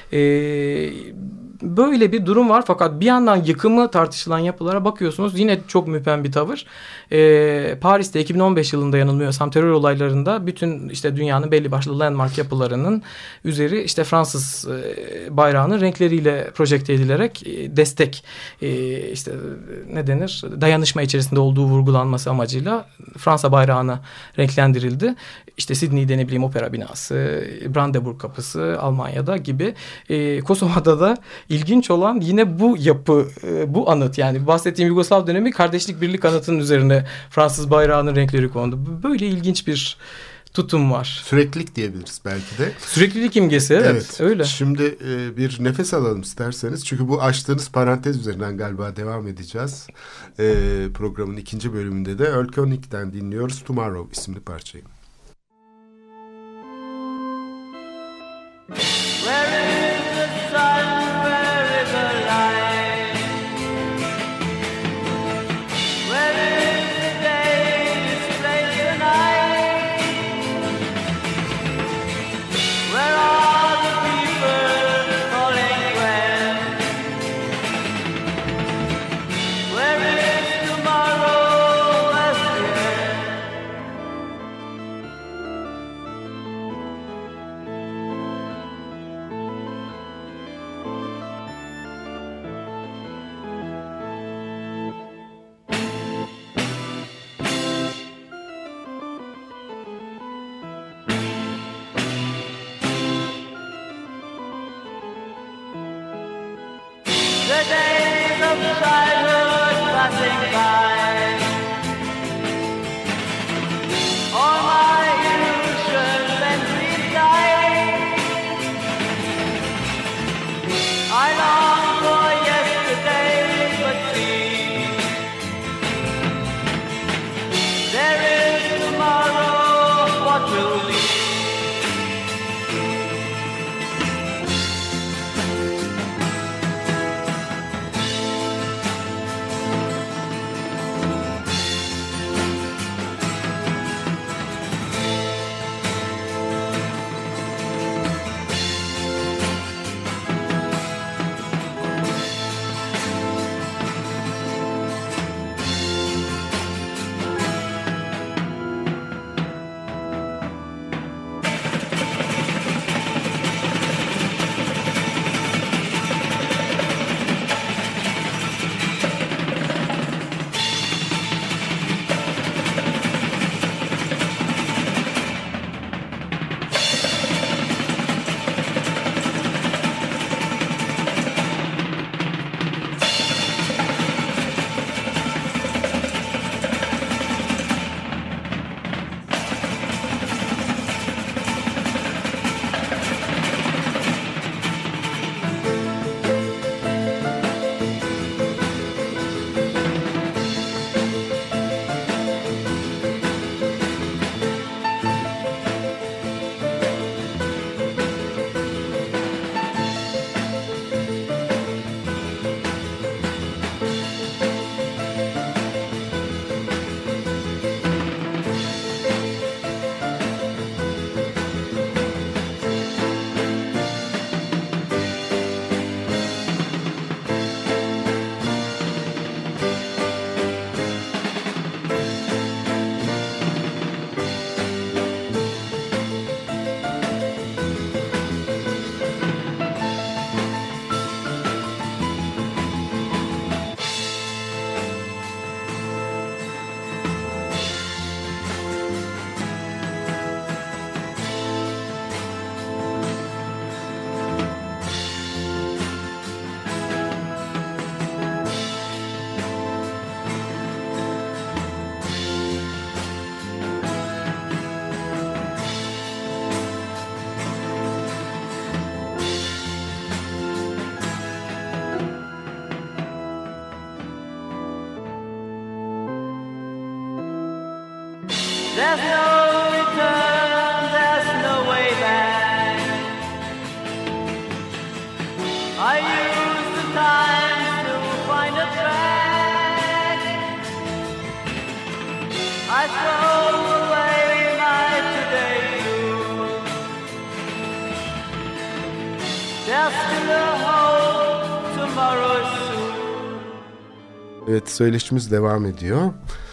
Ee, Böyle bir durum var fakat bir yandan yıkımı tartışılan yapılara bakıyorsunuz yine çok müphem bir tavır. Ee, Paris'te iki bin on beş yılında yanılmıyorsam terör olaylarında bütün işte dünyanın belli başlı landmark yapılarının üzeri işte Fransız e, bayrağının renkleriyle projekte edilerek e, destek e, işte ne denir dayanışma içerisinde olduğu vurgulanması amacıyla Fransa bayrağına renklendirildi. İşte Sydney'de ne bileyim opera binası, Brandenburg kapısı Almanya'da gibi. E, Kosova'da da İlginç olan yine bu yapı, bu anıt yani bahsettiğim Yugoslav dönemi kardeşlik birlik anıtının üzerine Fransız bayrağının renkleri kondu. Böyle ilginç bir tutum var. Süreklilik diyebiliriz belki de. Süreklilik imgesi evet, evet. Öyle. Şimdi e, bir nefes alalım isterseniz. Çünkü bu açtığınız parantez üzerinden galiba devam edeceğiz. E, programın ikinci bölümünde de Earl Koenig'den dinliyoruz Tomorrow isimli parçayı. There's no return, there's no way back. Evet, söyleşimiz devam ediyor.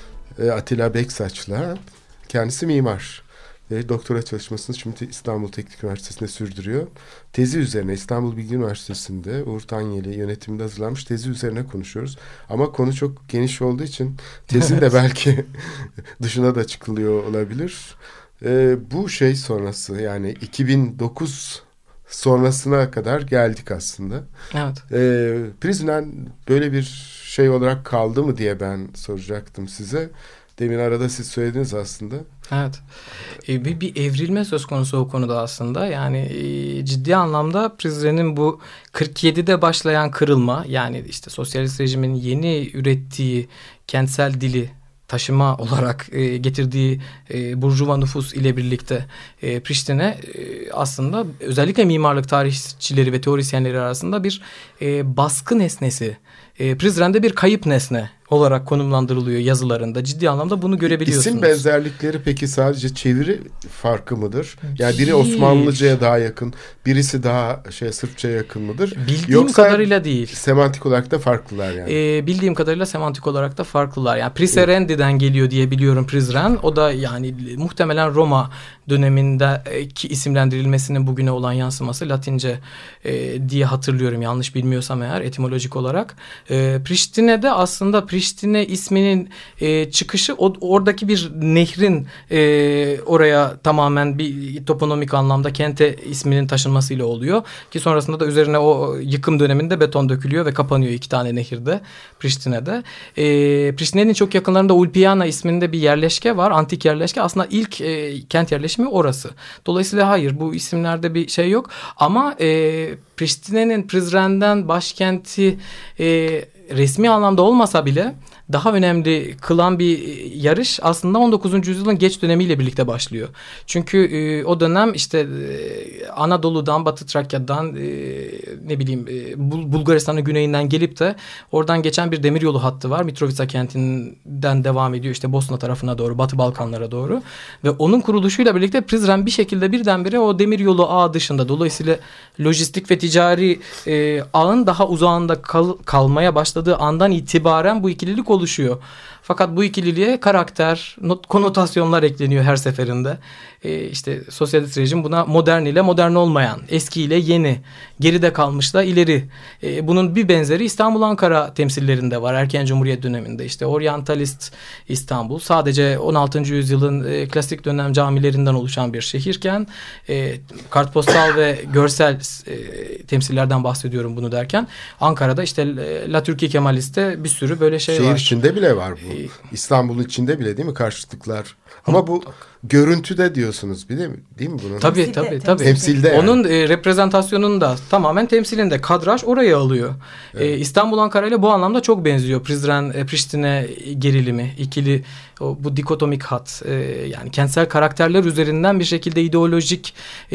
Atilla Beksaç'la, kendisi mimar ve doktora çalışmasını şimdi İstanbul Teknik Üniversitesi'nde sürdürüyor. Tezi üzerine İstanbul Bilgi Üniversitesi'nde Uğur Tanyeli yönetiminde hazırlanmış tezi üzerine konuşuyoruz. Ama konu çok geniş olduğu için tezin de belki dışına da çıkılıyor olabilir. Ee, bu şey sonrası, yani iki bin dokuz sonrasına kadar geldik aslında. Evet. Ee, Prizren böyle bir şey olarak kaldı mı diye ben soracaktım size. Demin arada siz söylediniz aslında. Evet. Ee, bir, bir evrilme söz konusu o konuda aslında. Yani e, ciddi anlamda Prizren'in bu kırk yedide başlayan kırılma, yani işte sosyalist rejimin yeni ürettiği kentsel dili taşıma olarak e, getirdiği e, burjuva nüfus ile birlikte e, Priştine e, aslında özellikle mimarlık tarihçileri ve teorisyenleri arasında bir e, baskı nesnesi. E, Prizren'de bir kayıp nesne olarak konumlandırılıyor yazılarında. Ciddi anlamda bunu görebiliyorsunuz. İsim benzerlikleri peki sadece çeviri farkı mıdır? Yani biri Osmanlıca'ya daha yakın, birisi daha şey Sırpça'ya yakın mıdır? Bildiğim Yoksa kadarıyla değil. Semantik olarak da farklılar yani. Ee, bildiğim kadarıyla semantik olarak da farklılar. Yani Priserendi'den geliyor diye biliyorum Prizren. O da yani muhtemelen Roma dönemindeki isimlendirilmesinin bugüne olan yansıması Latince e, diye hatırlıyorum, yanlış bilmiyorsam eğer etimolojik olarak. E, Priştine'de aslında Priştine isminin e, çıkışı o, oradaki bir nehrin e, oraya tamamen bir toponomik anlamda kente isminin taşınmasıyla oluyor. Ki sonrasında da üzerine o yıkım döneminde beton dökülüyor ve kapanıyor iki tane nehirde Priştine'de. E, Priştine'nin çok yakınlarında Ulpiana isminde bir yerleşke var. Antik yerleşke. Aslında ilk e, kent yerleşimi orası. Dolayısıyla hayır, bu isimlerde bir şey yok. Ama e, Priştine'nin Prizren'den başkenti e, resmi anlamda olmasa bile daha önemli kılan bir yarış aslında on dokuzuncu yüzyılın geç dönemiyle birlikte başlıyor. Çünkü e, o dönem işte e, Anadolu'dan, Batı Trakya'dan e, ne bileyim e, Bul- Bulgaristan'ın güneyinden gelip de oradan geçen bir demiryolu hattı var. Mitrovica kentinden devam ediyor işte Bosna tarafına doğru, Batı Balkanlara doğru. Ve onun kuruluşuyla birlikte Prizren bir şekilde birdenbire o demiryolu ağı dışında, dolayısıyla lojistik ve ticari e, ağın daha uzağında kal- kalmaya başladığı andan itibaren bu ikililik oluşuyor. Fakat bu ikililiğe karakter, not, konotasyonlar ekleniyor her seferinde. Ee, işte sosyalist rejim buna modern ile modern olmayan, eski ile yeni, geride kalmışla ileri. Ee, bunun bir benzeri İstanbul-Ankara temsillerinde var. Erken Cumhuriyet döneminde işte Oryantalist İstanbul sadece on altıncı yüzyılın e, klasik dönem camilerinden oluşan bir şehirken e, kartpostal ve görsel e, temsillerden bahsediyorum bunu derken Ankara'da işte e, La Türkiye Kemalist'te bir sürü böyle şey Şehir var. Şehir içinde bile var bu. İstanbul'un içinde bile değil mi karşıtlıklar? Ama bu görüntüde diyorsunuz değil mi? Değil mi bunun? Tabii Temsilde, tabii tabii. Temsilde yani. Onun e, reprezentasyonunun da tamamen temsilinde. Kadraj orayı alıyor. Evet. E, İstanbul Ankara ile bu anlamda çok benziyor. Prizren e, Priştine gerilimi, ikili o, bu dikotomik hat. E, yani kentsel karakterler üzerinden bir şekilde ideolojik e,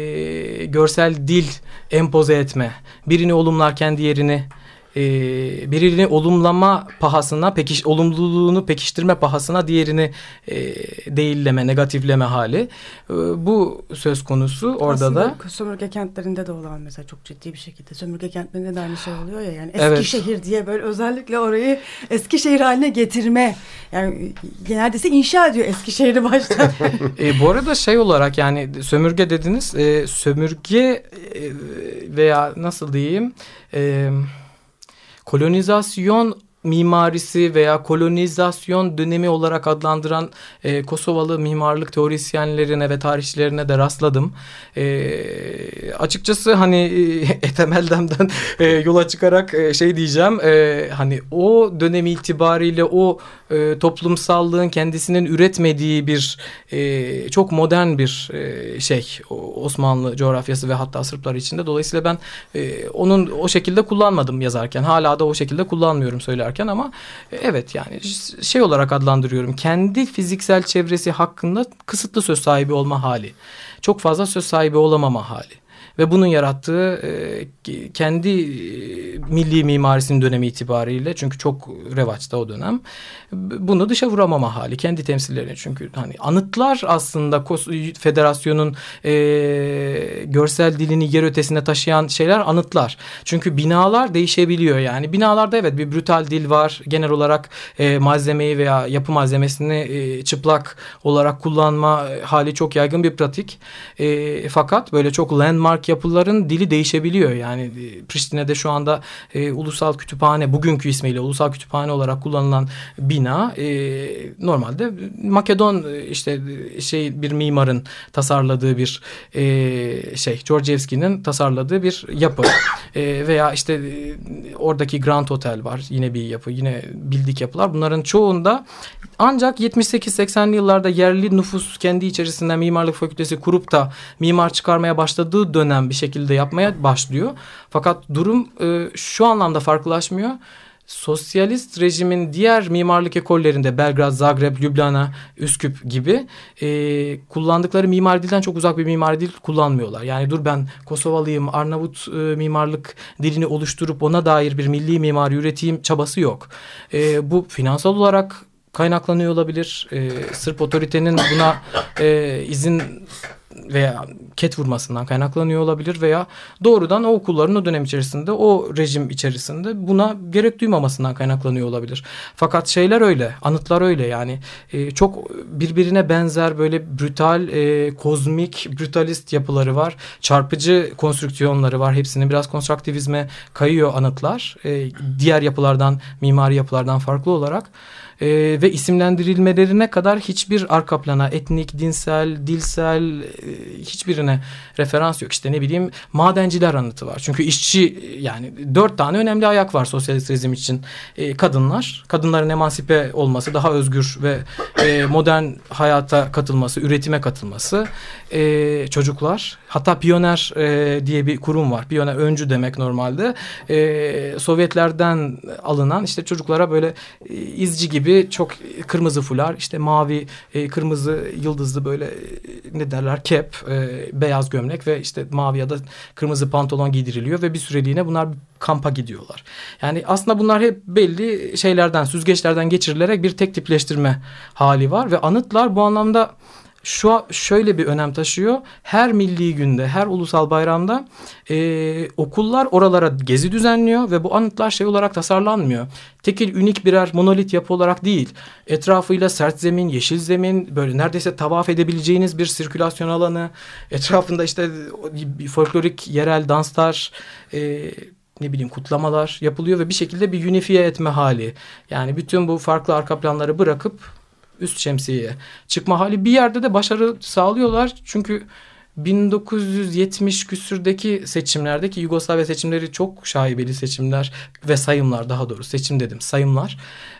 görsel dil empoze etme. Birini olumlarken diğerini Ee, birini olumlama pahasına, pekiş, olumluluğunu pekiştirme pahasına diğerini e, değilleme, negatifleme hali. E, bu söz konusu orada aslında da. Sömürge kentlerinde de olan mesela çok ciddi bir şekilde. Sömürge kentlerinde de aynı şey oluyor ya. Yani Evet. Eskişehir diye böyle özellikle orayı Eskişehir haline getirme. Yani neredeyse inşa ediyor Eskişehir'i başta. e, bu arada şey olarak yani sömürge dediniz. E, sömürge e, veya nasıl diyeyim... E, kolonizasyon mimarisi veya kolonizasyon dönemi olarak adlandıran e, Kosovalı mimarlık teorisyenlerine ve tarihçilerine de rastladım. E, açıkçası hani e, Etemeldem'den e, yola çıkarak e, şey diyeceğim. E, hani o dönemi itibariyle o e, toplumsallığın kendisinin üretmediği bir e, çok modern bir e, şey Osmanlı coğrafyası ve hatta Sırplar içinde. Dolayısıyla ben e, onun o şekilde kullanmadım yazarken. Hala da o şekilde kullanmıyorum söylerken. Ama evet yani şey olarak adlandırıyorum. Kendi fiziksel çevresi hakkında kısıtlı söz sahibi olma hali. Çok fazla söz sahibi olamama hali. ve bunun yarattığı e, kendi milli mimarisinin dönemi itibariyle, çünkü çok revaçta o dönem, bunu dışa vuramama hali, kendi temsillerini. Çünkü hani anıtlar aslında federasyonun e, görsel dilini yer ötesine taşıyan şeyler anıtlar. Çünkü binalar değişebiliyor yani. Binalarda evet bir brutal dil var. Genel olarak e, malzemeyi veya yapı malzemesini e, çıplak olarak kullanma hali çok yaygın bir pratik. E, fakat böyle çok landmark yapıların dili değişebiliyor. Yani e, Priştine'de şu anda e, Ulusal Kütüphane, bugünkü ismiyle Ulusal Kütüphane olarak kullanılan bina e, normalde Makedon işte şey bir mimarın tasarladığı bir e, şey, Georgievski'nin tasarladığı bir yapı. E, veya işte e, oradaki Grand Hotel var. Yine bir yapı. Yine bildik yapılar. Bunların çoğunda ancak yetmiş sekiz seksenli yıllarda yerli nüfus kendi içerisinde mimarlık fakültesi kurup da mimar çıkarmaya başladığı dönem bir şekilde yapmaya başlıyor. Fakat durum e, şu anlamda farklılaşmıyor. Sosyalist rejimin diğer mimarlık ekollerinde Belgrad, Zagreb, Ljubljana, Üsküp gibi e, kullandıkları mimari dilden çok uzak bir mimari dil kullanmıyorlar. Yani dur ben Kosovalıyım, Arnavut e, mimarlık dilini oluşturup ona dair bir milli mimari üreteyim çabası yok. E, bu finansal olarak kaynaklanıyor olabilir. E, Sırp otoritenin buna e, izin veya ket vurmasından kaynaklanıyor olabilir veya doğrudan o okulların o dönem içerisinde, o rejim içerisinde buna gerek duymamasından kaynaklanıyor olabilir. Fakat şeyler öyle, anıtlar öyle yani e, çok birbirine benzer böyle brutal, e, kozmik, brutalist yapıları var. Çarpıcı konstrüksiyonları var. Hepsinin biraz konstruktivizme kayıyor anıtlar. E, diğer yapılardan, mimari yapılardan farklı olarak. Ee, ve isimlendirilmelerine kadar hiçbir arka plana, etnik, dinsel, dilsel e, hiçbirine referans yok. İşte ne bileyim madenciler anıtı var. Çünkü işçi yani dört tane önemli ayak var sosyalist rejim için. E, kadınlar, kadınların emansipe olması, daha özgür ve e, modern hayata katılması, üretime katılması, e, çocuklar, hatta Piyoner e, diye bir kurum var. Piyoner öncü demek normalde. E, Sovyetlerden alınan işte çocuklara böyle e, izci gibi gibi çok kırmızı fular, işte mavi, e, kırmızı yıldızlı böyle e, ne derler kep, e, beyaz gömlek ve işte mavi ya da kırmızı pantolon giydiriliyor ve bir süreliğine bunlar kampa gidiyorlar. Yani aslında bunlar hep belli şeylerden, süzgeçlerden geçirilerek bir tek tipleştirme hali var ve anıtlar bu anlamda şu şöyle bir önem taşıyor. Her milli günde, her ulusal bayramda e, okullar oralara gezi düzenliyor ve bu anıtlar şey olarak tasarlanmıyor. Tekil, ünik birer monolit yapı olarak değil. Etrafıyla sert zemin, yeşil zemin, böyle neredeyse tavaf edebileceğiniz bir sirkülasyon alanı. Etrafında işte folklorik yerel danslar, e, ne bileyim kutlamalar yapılıyor ve bir şekilde bir unifiye etme hali. Yani bütün bu farklı arka planları bırakıp üst şemsiyeye çıkma hali, bir yerde de başarı sağlıyorlar. Çünkü bin dokuz yüz yetmiş küsürdeki seçimlerdeki Yugoslavya seçimleri çok şaibeli seçimler ve sayımlar, daha doğrusu seçim dedim sayımlar.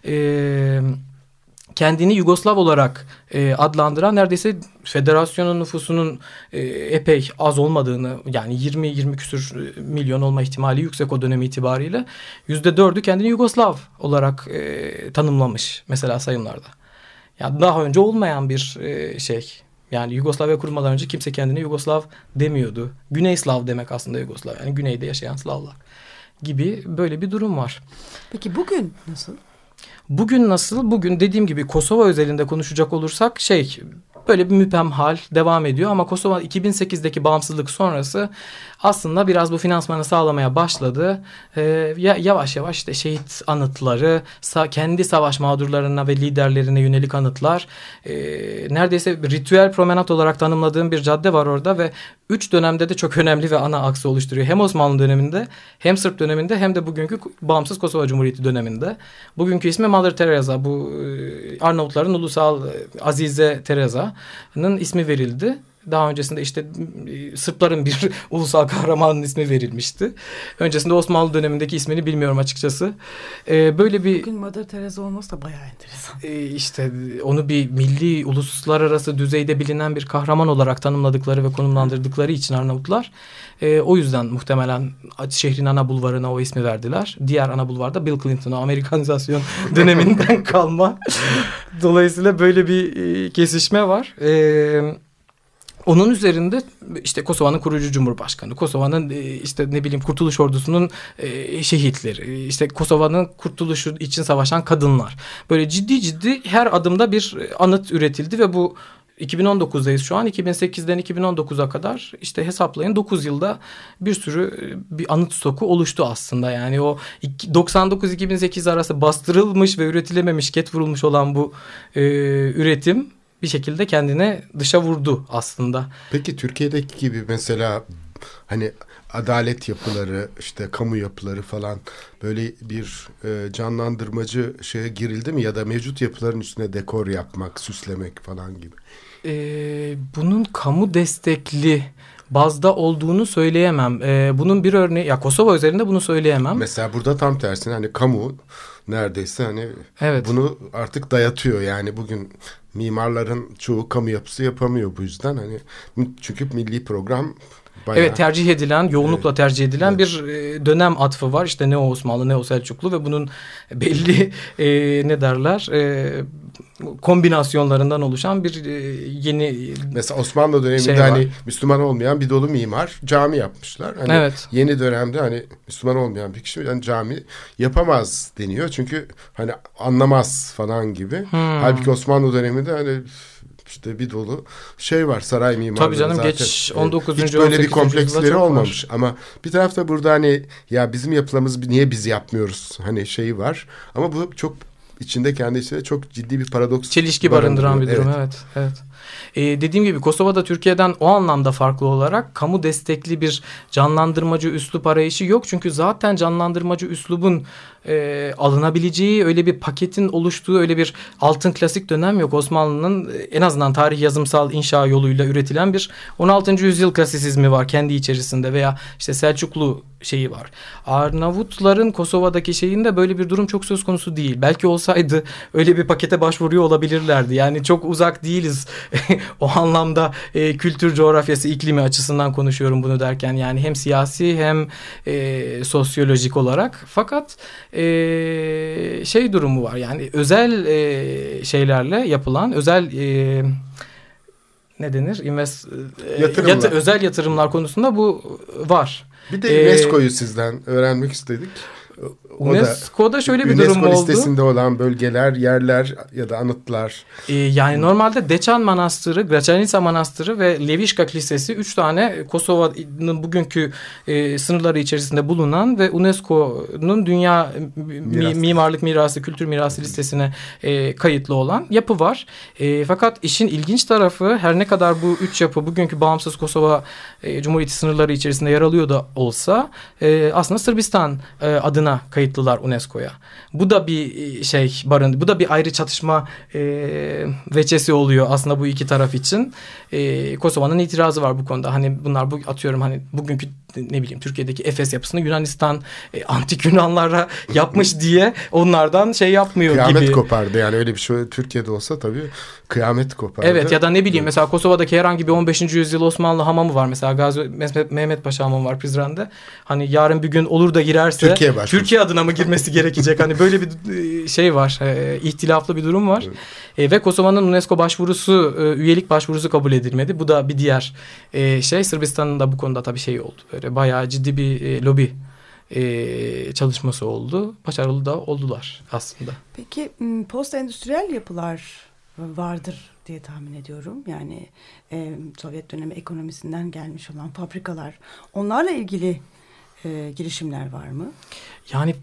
Ee, kendini Yugoslav olarak e, adlandıran, neredeyse federasyonun nüfusunun e, epey az olmadığını, yani yirmi yirmi küsür milyon olma ihtimali yüksek o dönemi itibariyle, yüzde dördü kendini Yugoslav olarak e, tanımlamış mesela sayımlarda. Yani daha önce olmayan bir e, şey. Yani Yugoslavya kurulmadan önce kimse kendine Yugoslav demiyordu. Güney Slav demek aslında Yugoslav. Yani güneyde yaşayan Slavlar gibi böyle bir durum var. Peki bugün nasıl? Bugün nasıl? Bugün dediğim gibi Kosova özelinde konuşacak olursak şey, böyle bir müphem hal devam ediyor ama Kosova iki bin sekizdeki bağımsızlık sonrası aslında biraz bu finansmanı sağlamaya başladı. Ee, yavaş yavaş işte şehit anıtları, sa- kendi savaş mağdurlarına ve liderlerine yönelik anıtlar, e, neredeyse ritüel promenat olarak tanımladığım bir cadde var orada ve üç dönemde de çok önemli ve ana aksı oluşturuyor. Hem Osmanlı döneminde, hem Sırp döneminde, hem de bugünkü bağımsız Kosova Cumhuriyeti döneminde. Bugünkü ismi Mother Teresa, bu Arnavutların ulusal Azize Teresa'nın ismi verildi. Daha öncesinde işte Sırpların bir ulusal kahramanın ismi verilmişti. Öncesinde Osmanlı dönemindeki ismini bilmiyorum açıkçası. Ee, böyle bir... Bugün Mother Teresa olması da bayağı enteresan. E, işte onu bir milli, uluslararası düzeyde bilinen bir kahraman olarak tanımladıkları ve konumlandırdıkları için Arnavutlar, e, o yüzden muhtemelen şehrin ana bulvarına o ismi verdiler. Diğer ana bulvarda Bill Clinton'a Amerikanizasyon döneminden kalma. Dolayısıyla böyle bir e, kesişme var. Evet. Onun üzerinde işte Kosova'nın kurucu cumhurbaşkanı, Kosova'nın işte ne bileyim Kurtuluş Ordusu'nun şehitleri, işte Kosova'nın kurtuluşu için savaşan kadınlar. Böyle ciddi ciddi her adımda bir anıt üretildi ve bu iki bin on dokuzdayız şu an. iki bin sekizden iki bin on dokuza kadar işte hesaplayın dokuz yılda bir sürü bir anıt stoku oluştu aslında. Yani o doksan dokuz iki bin sekiz arası bastırılmış ve üretilememiş, ket vurulmuş olan bu e, üretim bir şekilde kendine dışa vurdu aslında. Peki Türkiye'deki gibi mesela hani adalet yapıları, işte kamu yapıları falan böyle bir e, canlandırmacı şeye girildi mi? Ya da mevcut yapıların üstüne dekor yapmak, süslemek falan gibi. Ee, bunun kamu destekli bazda olduğunu söyleyemem. Ee, bunun bir örneği, ya Kosova üzerinde bunu söyleyemem. Mesela burada tam tersine hani kamu neredeyse hani evet. bunu artık dayatıyor. Yani bugün mimarların çoğu kamu yapısı yapamıyor bu yüzden. Hani çünkü milli program bayağı... Evet, tercih edilen, yoğunlukla evet. tercih edilen evet. bir dönem atfı var. İşte Neo Osmanlı, Neo Selçuklu ve bunun belli e, ne derler e, kombinasyonlarından oluşan bir e, yeni mesela Osmanlı döneminde şey hani Müslüman olmayan bir dolu mimar cami yapmışlar. Hani evet. yeni dönemde hani Müslüman olmayan bir kişi yani cami yapamaz deniyor. Çünkü hani anlamaz falan gibi. Hmm. Halbuki Osmanlı döneminde hani işte bir dolu şey var, saray mimarları. Tabii canım zaten. Geç on dokuzuncu Hiç böyle bir kompleksleri olmamış. Var. Ama bir tarafta burada hani ya bizim yapılarımız niye biz yapmıyoruz hani şeyi var. Ama bu çok içinde kendi içinde çok ciddi bir paradoks. Çelişki barındıran bir durum. Evet, evet. evet. Ee, dediğim gibi Kosova'da Türkiye'den o anlamda farklı olarak kamu destekli bir canlandırmacı üslup arayışı yok. Çünkü zaten canlandırmacı üslubun e, alınabileceği öyle bir paketin oluştuğu öyle bir altın klasik dönem yok. Osmanlı'nın en azından tarih yazımsal inşa yoluyla üretilen bir on altıncı yüzyıl klasisizmi var kendi içerisinde veya işte Selçuklu şeyi var. Arnavutların Kosova'daki şeyinde böyle bir durum çok söz konusu değil. Belki olsaydı öyle bir pakete başvuruyor olabilirlerdi. Yani çok uzak değiliz. O anlamda e, kültür coğrafyası iklimi açısından konuşuyorum bunu derken. Yani hem siyasi hem e, sosyolojik olarak. Fakat e, şey durumu var. Yani özel e, şeylerle yapılan özel e, ne denir? İnvest, yatırımlar. Yatı, özel yatırımlar konusunda bu var. Bir de ee, UNESCO'yu sizden öğrenmek istedik. O UNESCO'da şöyle bir UNESCO durum oldu. UNESCO listesinde olan bölgeler, yerler ya da anıtlar. Ee, yani normalde Deçan Manastırı, Gračanica Manastırı ve Ljeviška Kilisesi üç tane Kosova'nın bugünkü e, sınırları içerisinde bulunan ve UNESCO'nun Dünya mi, Mimarlık Mirası, Kültür Mirası listesine e, kayıtlı olan yapı var. E, fakat işin ilginç tarafı her ne kadar bu üç yapı bugünkü bağımsız Kosova e, Cumhuriyeti sınırları içerisinde yer alıyor da olsa e, aslında Sırbistan e, adına kayıtlılar UNESCO'ya. Bu da bir şey barın, bu da bir ayrı çatışma e, veçesi oluyor aslında bu iki taraf için. E, Kosova'nın itirazı var bu konuda. Hani bunlar bu atıyorum hani bugünkü ne bileyim Türkiye'deki Efes yapısını Yunanistan e, antik Yunanlara yapmış diye onlardan şey yapmıyor kıyamet gibi. Kıyamet kopardı yani öyle bir şey Türkiye'de olsa tabii kıyamet kopardı. Evet ya da ne bileyim mesela Kosova'daki herhangi bir on beşinci yüzyıl Osmanlı hamamı var mesela Gazi Mehmet Paşa hamamı var Prizren'de. Hani yarın bir gün olur da girerse Türkiye, Türkiye adına mı girmesi gerekecek? Hani böyle bir şey var. E, ihtilaflı bir durum var. Evet. E, ve Kosova'nın UNESCO başvurusu, e, üyelik başvurusu kabul edilmedi. Bu da bir diğer e, şey. Sırbistan'ın da bu konuda tabii şey oldu. Böyle bayağı ciddi bir e, lobi e, çalışması oldu. Başarılı da oldular aslında. Peki post endüstriyel yapılar vardır diye tahmin ediyorum. Yani e, Sovyet dönemi ekonomisinden gelmiş olan fabrikalar. Onlarla ilgili e, girişimler var mı? Yani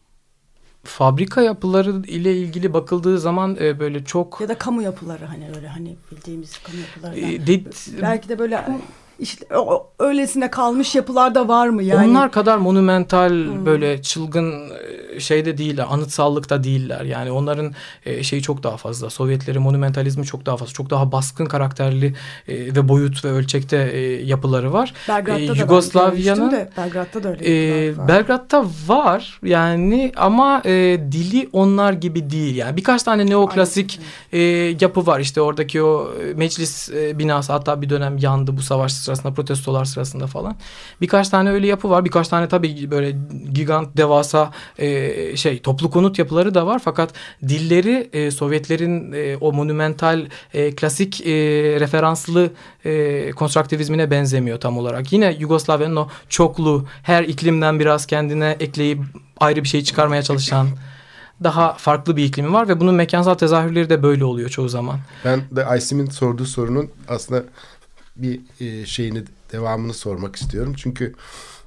fabrika yapıları ile ilgili bakıldığı zaman e, böyle çok ya da kamu yapıları hani öyle hani bildiğimiz kamu yapıları. E, de, belki de böyle işte öylesine kalmış yapılar da var mı yani? Onlar kadar monumental hmm. böyle çılgın şeyde değiller, anıtsallıkta değiller. Yani onların e, şeyi çok daha fazla. Sovyetlerin monumentalizmi çok daha fazla. Çok daha baskın karakterli e, ve boyut ve ölçekte e, yapıları var. Belgrad'da e, da Yugoslavya'nın de, Belgrad'da da öyle e, var. Belgrad'da var yani ama e, dili onlar gibi değil. Yani birkaç tane neoklasik e, yapı var. İşte oradaki o meclis e, binası hatta bir dönem yandı bu savaş sırasında, protestolar sırasında falan. Birkaç tane öyle yapı var. Birkaç tane tabii böyle gigant, devasa e, şey toplu konut yapıları da var. Fakat dilleri e, Sovyetlerin e, o monumental, e, klasik e, referanslı e, konstruktivizmine benzemiyor tam olarak. Yine Yugoslavya'nın o çoklu, her iklimden biraz kendine ekleyip ayrı bir şey çıkarmaya çalışan daha farklı bir iklimi var ve bunun mekansal tezahürleri de böyle oluyor çoğu zaman. Ben de Aysim'in sorduğu sorunun aslında bir e, şeyini, devamını sormak istiyorum. Çünkü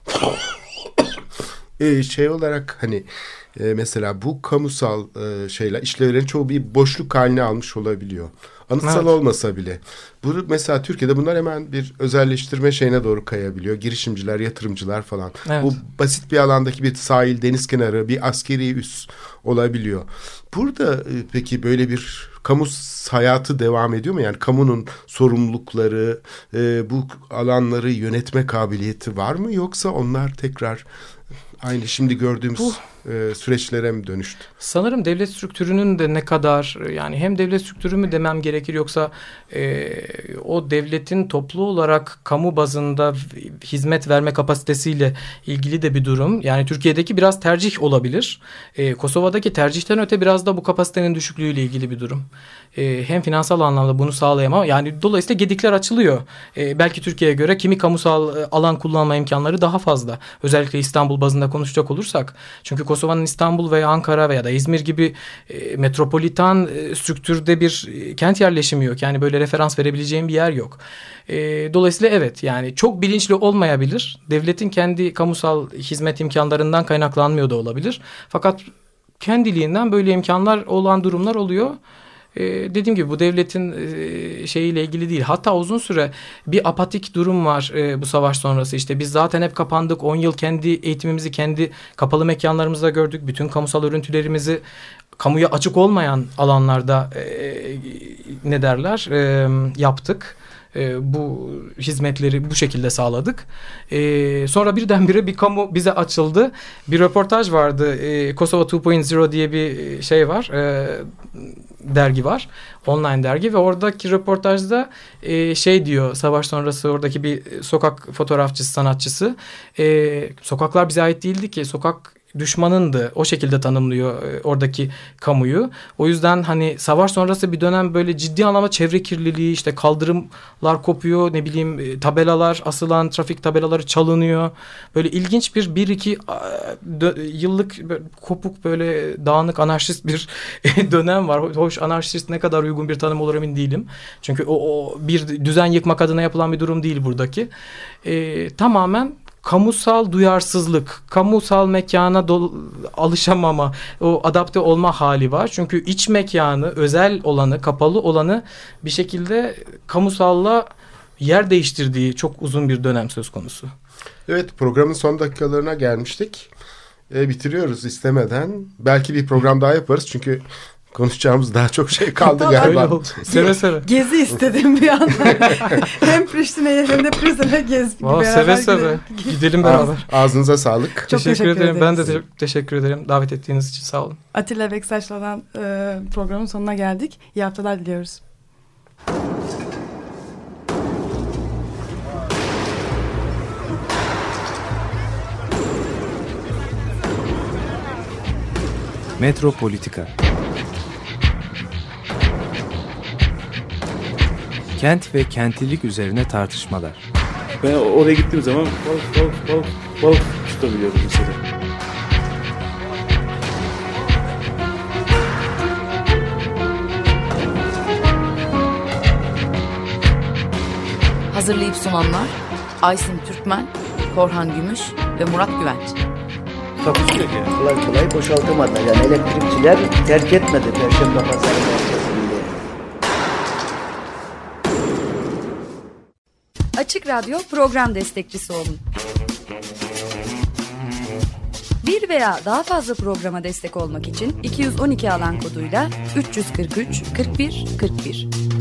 e, şey olarak hani e, mesela bu kamusal e, şeyler, işlevlerin çoğu bir boşluk haline almış olabiliyor. Anıtsal evet. olmasa bile. Bu mesela Türkiye'de bunlar hemen bir özelleştirme şeyine doğru kayabiliyor. Girişimciler, yatırımcılar falan. Evet. Bu basit bir alandaki bir sahil, deniz kenarı, bir askeri üs olabiliyor. Burada e, peki böyle bir kamu hayatı devam ediyor mu? Yani kamunun sorumlulukları, e, bu alanları yönetme kabiliyeti var mı? Yoksa onlar tekrar aynı şimdi gördüğümüz bu, e, süreçlere mi dönüştü? Sanırım devlet strüktürünün de ne kadar, yani hem devlet strüktürü mü demem gerekir, yoksa e, o devletin toplu olarak kamu bazında hizmet verme kapasitesiyle ilgili de bir durum. Yani Türkiye'deki biraz tercih olabilir. E, Kosova'daki tercihten öte biraz da bu kapasitenin düşüklüğüyle ilgili bir durum. E, hem finansal anlamda bunu sağlayamam. Yani dolayısıyla gedikler açılıyor. E, belki Türkiye'ye göre kimi kamusal e, alan kullanma imkanları daha fazla. Özellikle İstanbul bazında konuşacak olursak. Çünkü Kosova'nın İstanbul veya Ankara veya da İzmir gibi e, metropolitan e, strüktürde bir e, kent yerleşimi yok. Yani böyle referans verebileceğim bir yer yok. E, dolayısıyla evet, yani çok bilinçli olmayabilir. Devletin kendi kamusal hizmet imkanlarından kaynaklanmıyor da olabilir. Fakat kendiliğinden böyle imkanlar olan durumlar oluyor. Ee, dediğim gibi bu devletin e, şeyiyle ilgili değil. Hatta uzun süre bir apatik durum var e, bu savaş sonrası. İşte biz zaten hep kapandık. on yıl kendi eğitimimizi kendi kapalı mekanlarımızda gördük. Bütün kamusal örüntülerimizi kamuya açık olmayan alanlarda e, ne derler e, yaptık. E, bu hizmetleri bu şekilde sağladık. E, sonra birdenbire bir kamu bize açıldı. Bir röportaj vardı. E, Kosova iki nokta sıfır diye bir şey var. E, dergi var. Online dergi ve oradaki röportajda e, şey diyor, savaş sonrası oradaki bir sokak fotoğrafçısı, sanatçısı. E, sokaklar bize ait değildi ki. Sokak düşmanındı. O şekilde tanımlıyor e, oradaki kamuyu. O yüzden hani savaş sonrası bir dönem böyle ciddi anlamda çevre kirliliği, işte kaldırımlar kopuyor, ne bileyim e, tabelalar asılan, trafik tabelaları çalınıyor. Böyle ilginç bir bir iki dö- yıllık böyle, kopuk böyle dağınık anarşist bir dönem var. Hoş, anarşist ne kadar uygun bir tanım olur emin değilim. Çünkü o, o bir düzen yıkmak adına yapılan bir durum değil buradaki. E, tamamen kamusal duyarsızlık, kamusal mekana dol- alışamama, o adapte olma hali var. Çünkü iç mekanı, özel olanı, kapalı olanı bir şekilde kamusalla yer değiştirdiği çok uzun bir dönem söz konusu. Evet, programın son dakikalarına gelmiştik. E, bitiriyoruz istemeden. Belki bir program daha yaparız çünkü konuşacağımız daha çok şey kaldı galiba. Seve seve. Gezi istedim bir anda. Hem Priştine'ye hem de Prizren'e gez. Aa, seve seve. Gidelim beraber. Ağzınıza sağlık. Çok teşekkür, teşekkür ederim. ederiz. Ben de te- teşekkür ederim. Davet ettiğiniz için sağ olun. Atilla Bektaş'la e, programın sonuna geldik. İyi haftalar diliyoruz. Metropolitika. Kent ve kentlilik üzerine tartışmalar. Ben oraya gittiğim zaman balık balık balık balık tutabiliyordum mesela. Hazırlayıp sunanlar Aysin Türkmen, Korhan Gümüş ve Murat Güvenç. Takusuyor ki. Kolay kolay boşaltamadılar. Yani elektrikçiler terk etmedi Perşembe Pazarı merkezini. Açık Radyo program destekçisi olun. Bir veya daha fazla programa destek olmak için iki yüz on iki alan koduyla üç yüz kırk üç kırk bir kırk bir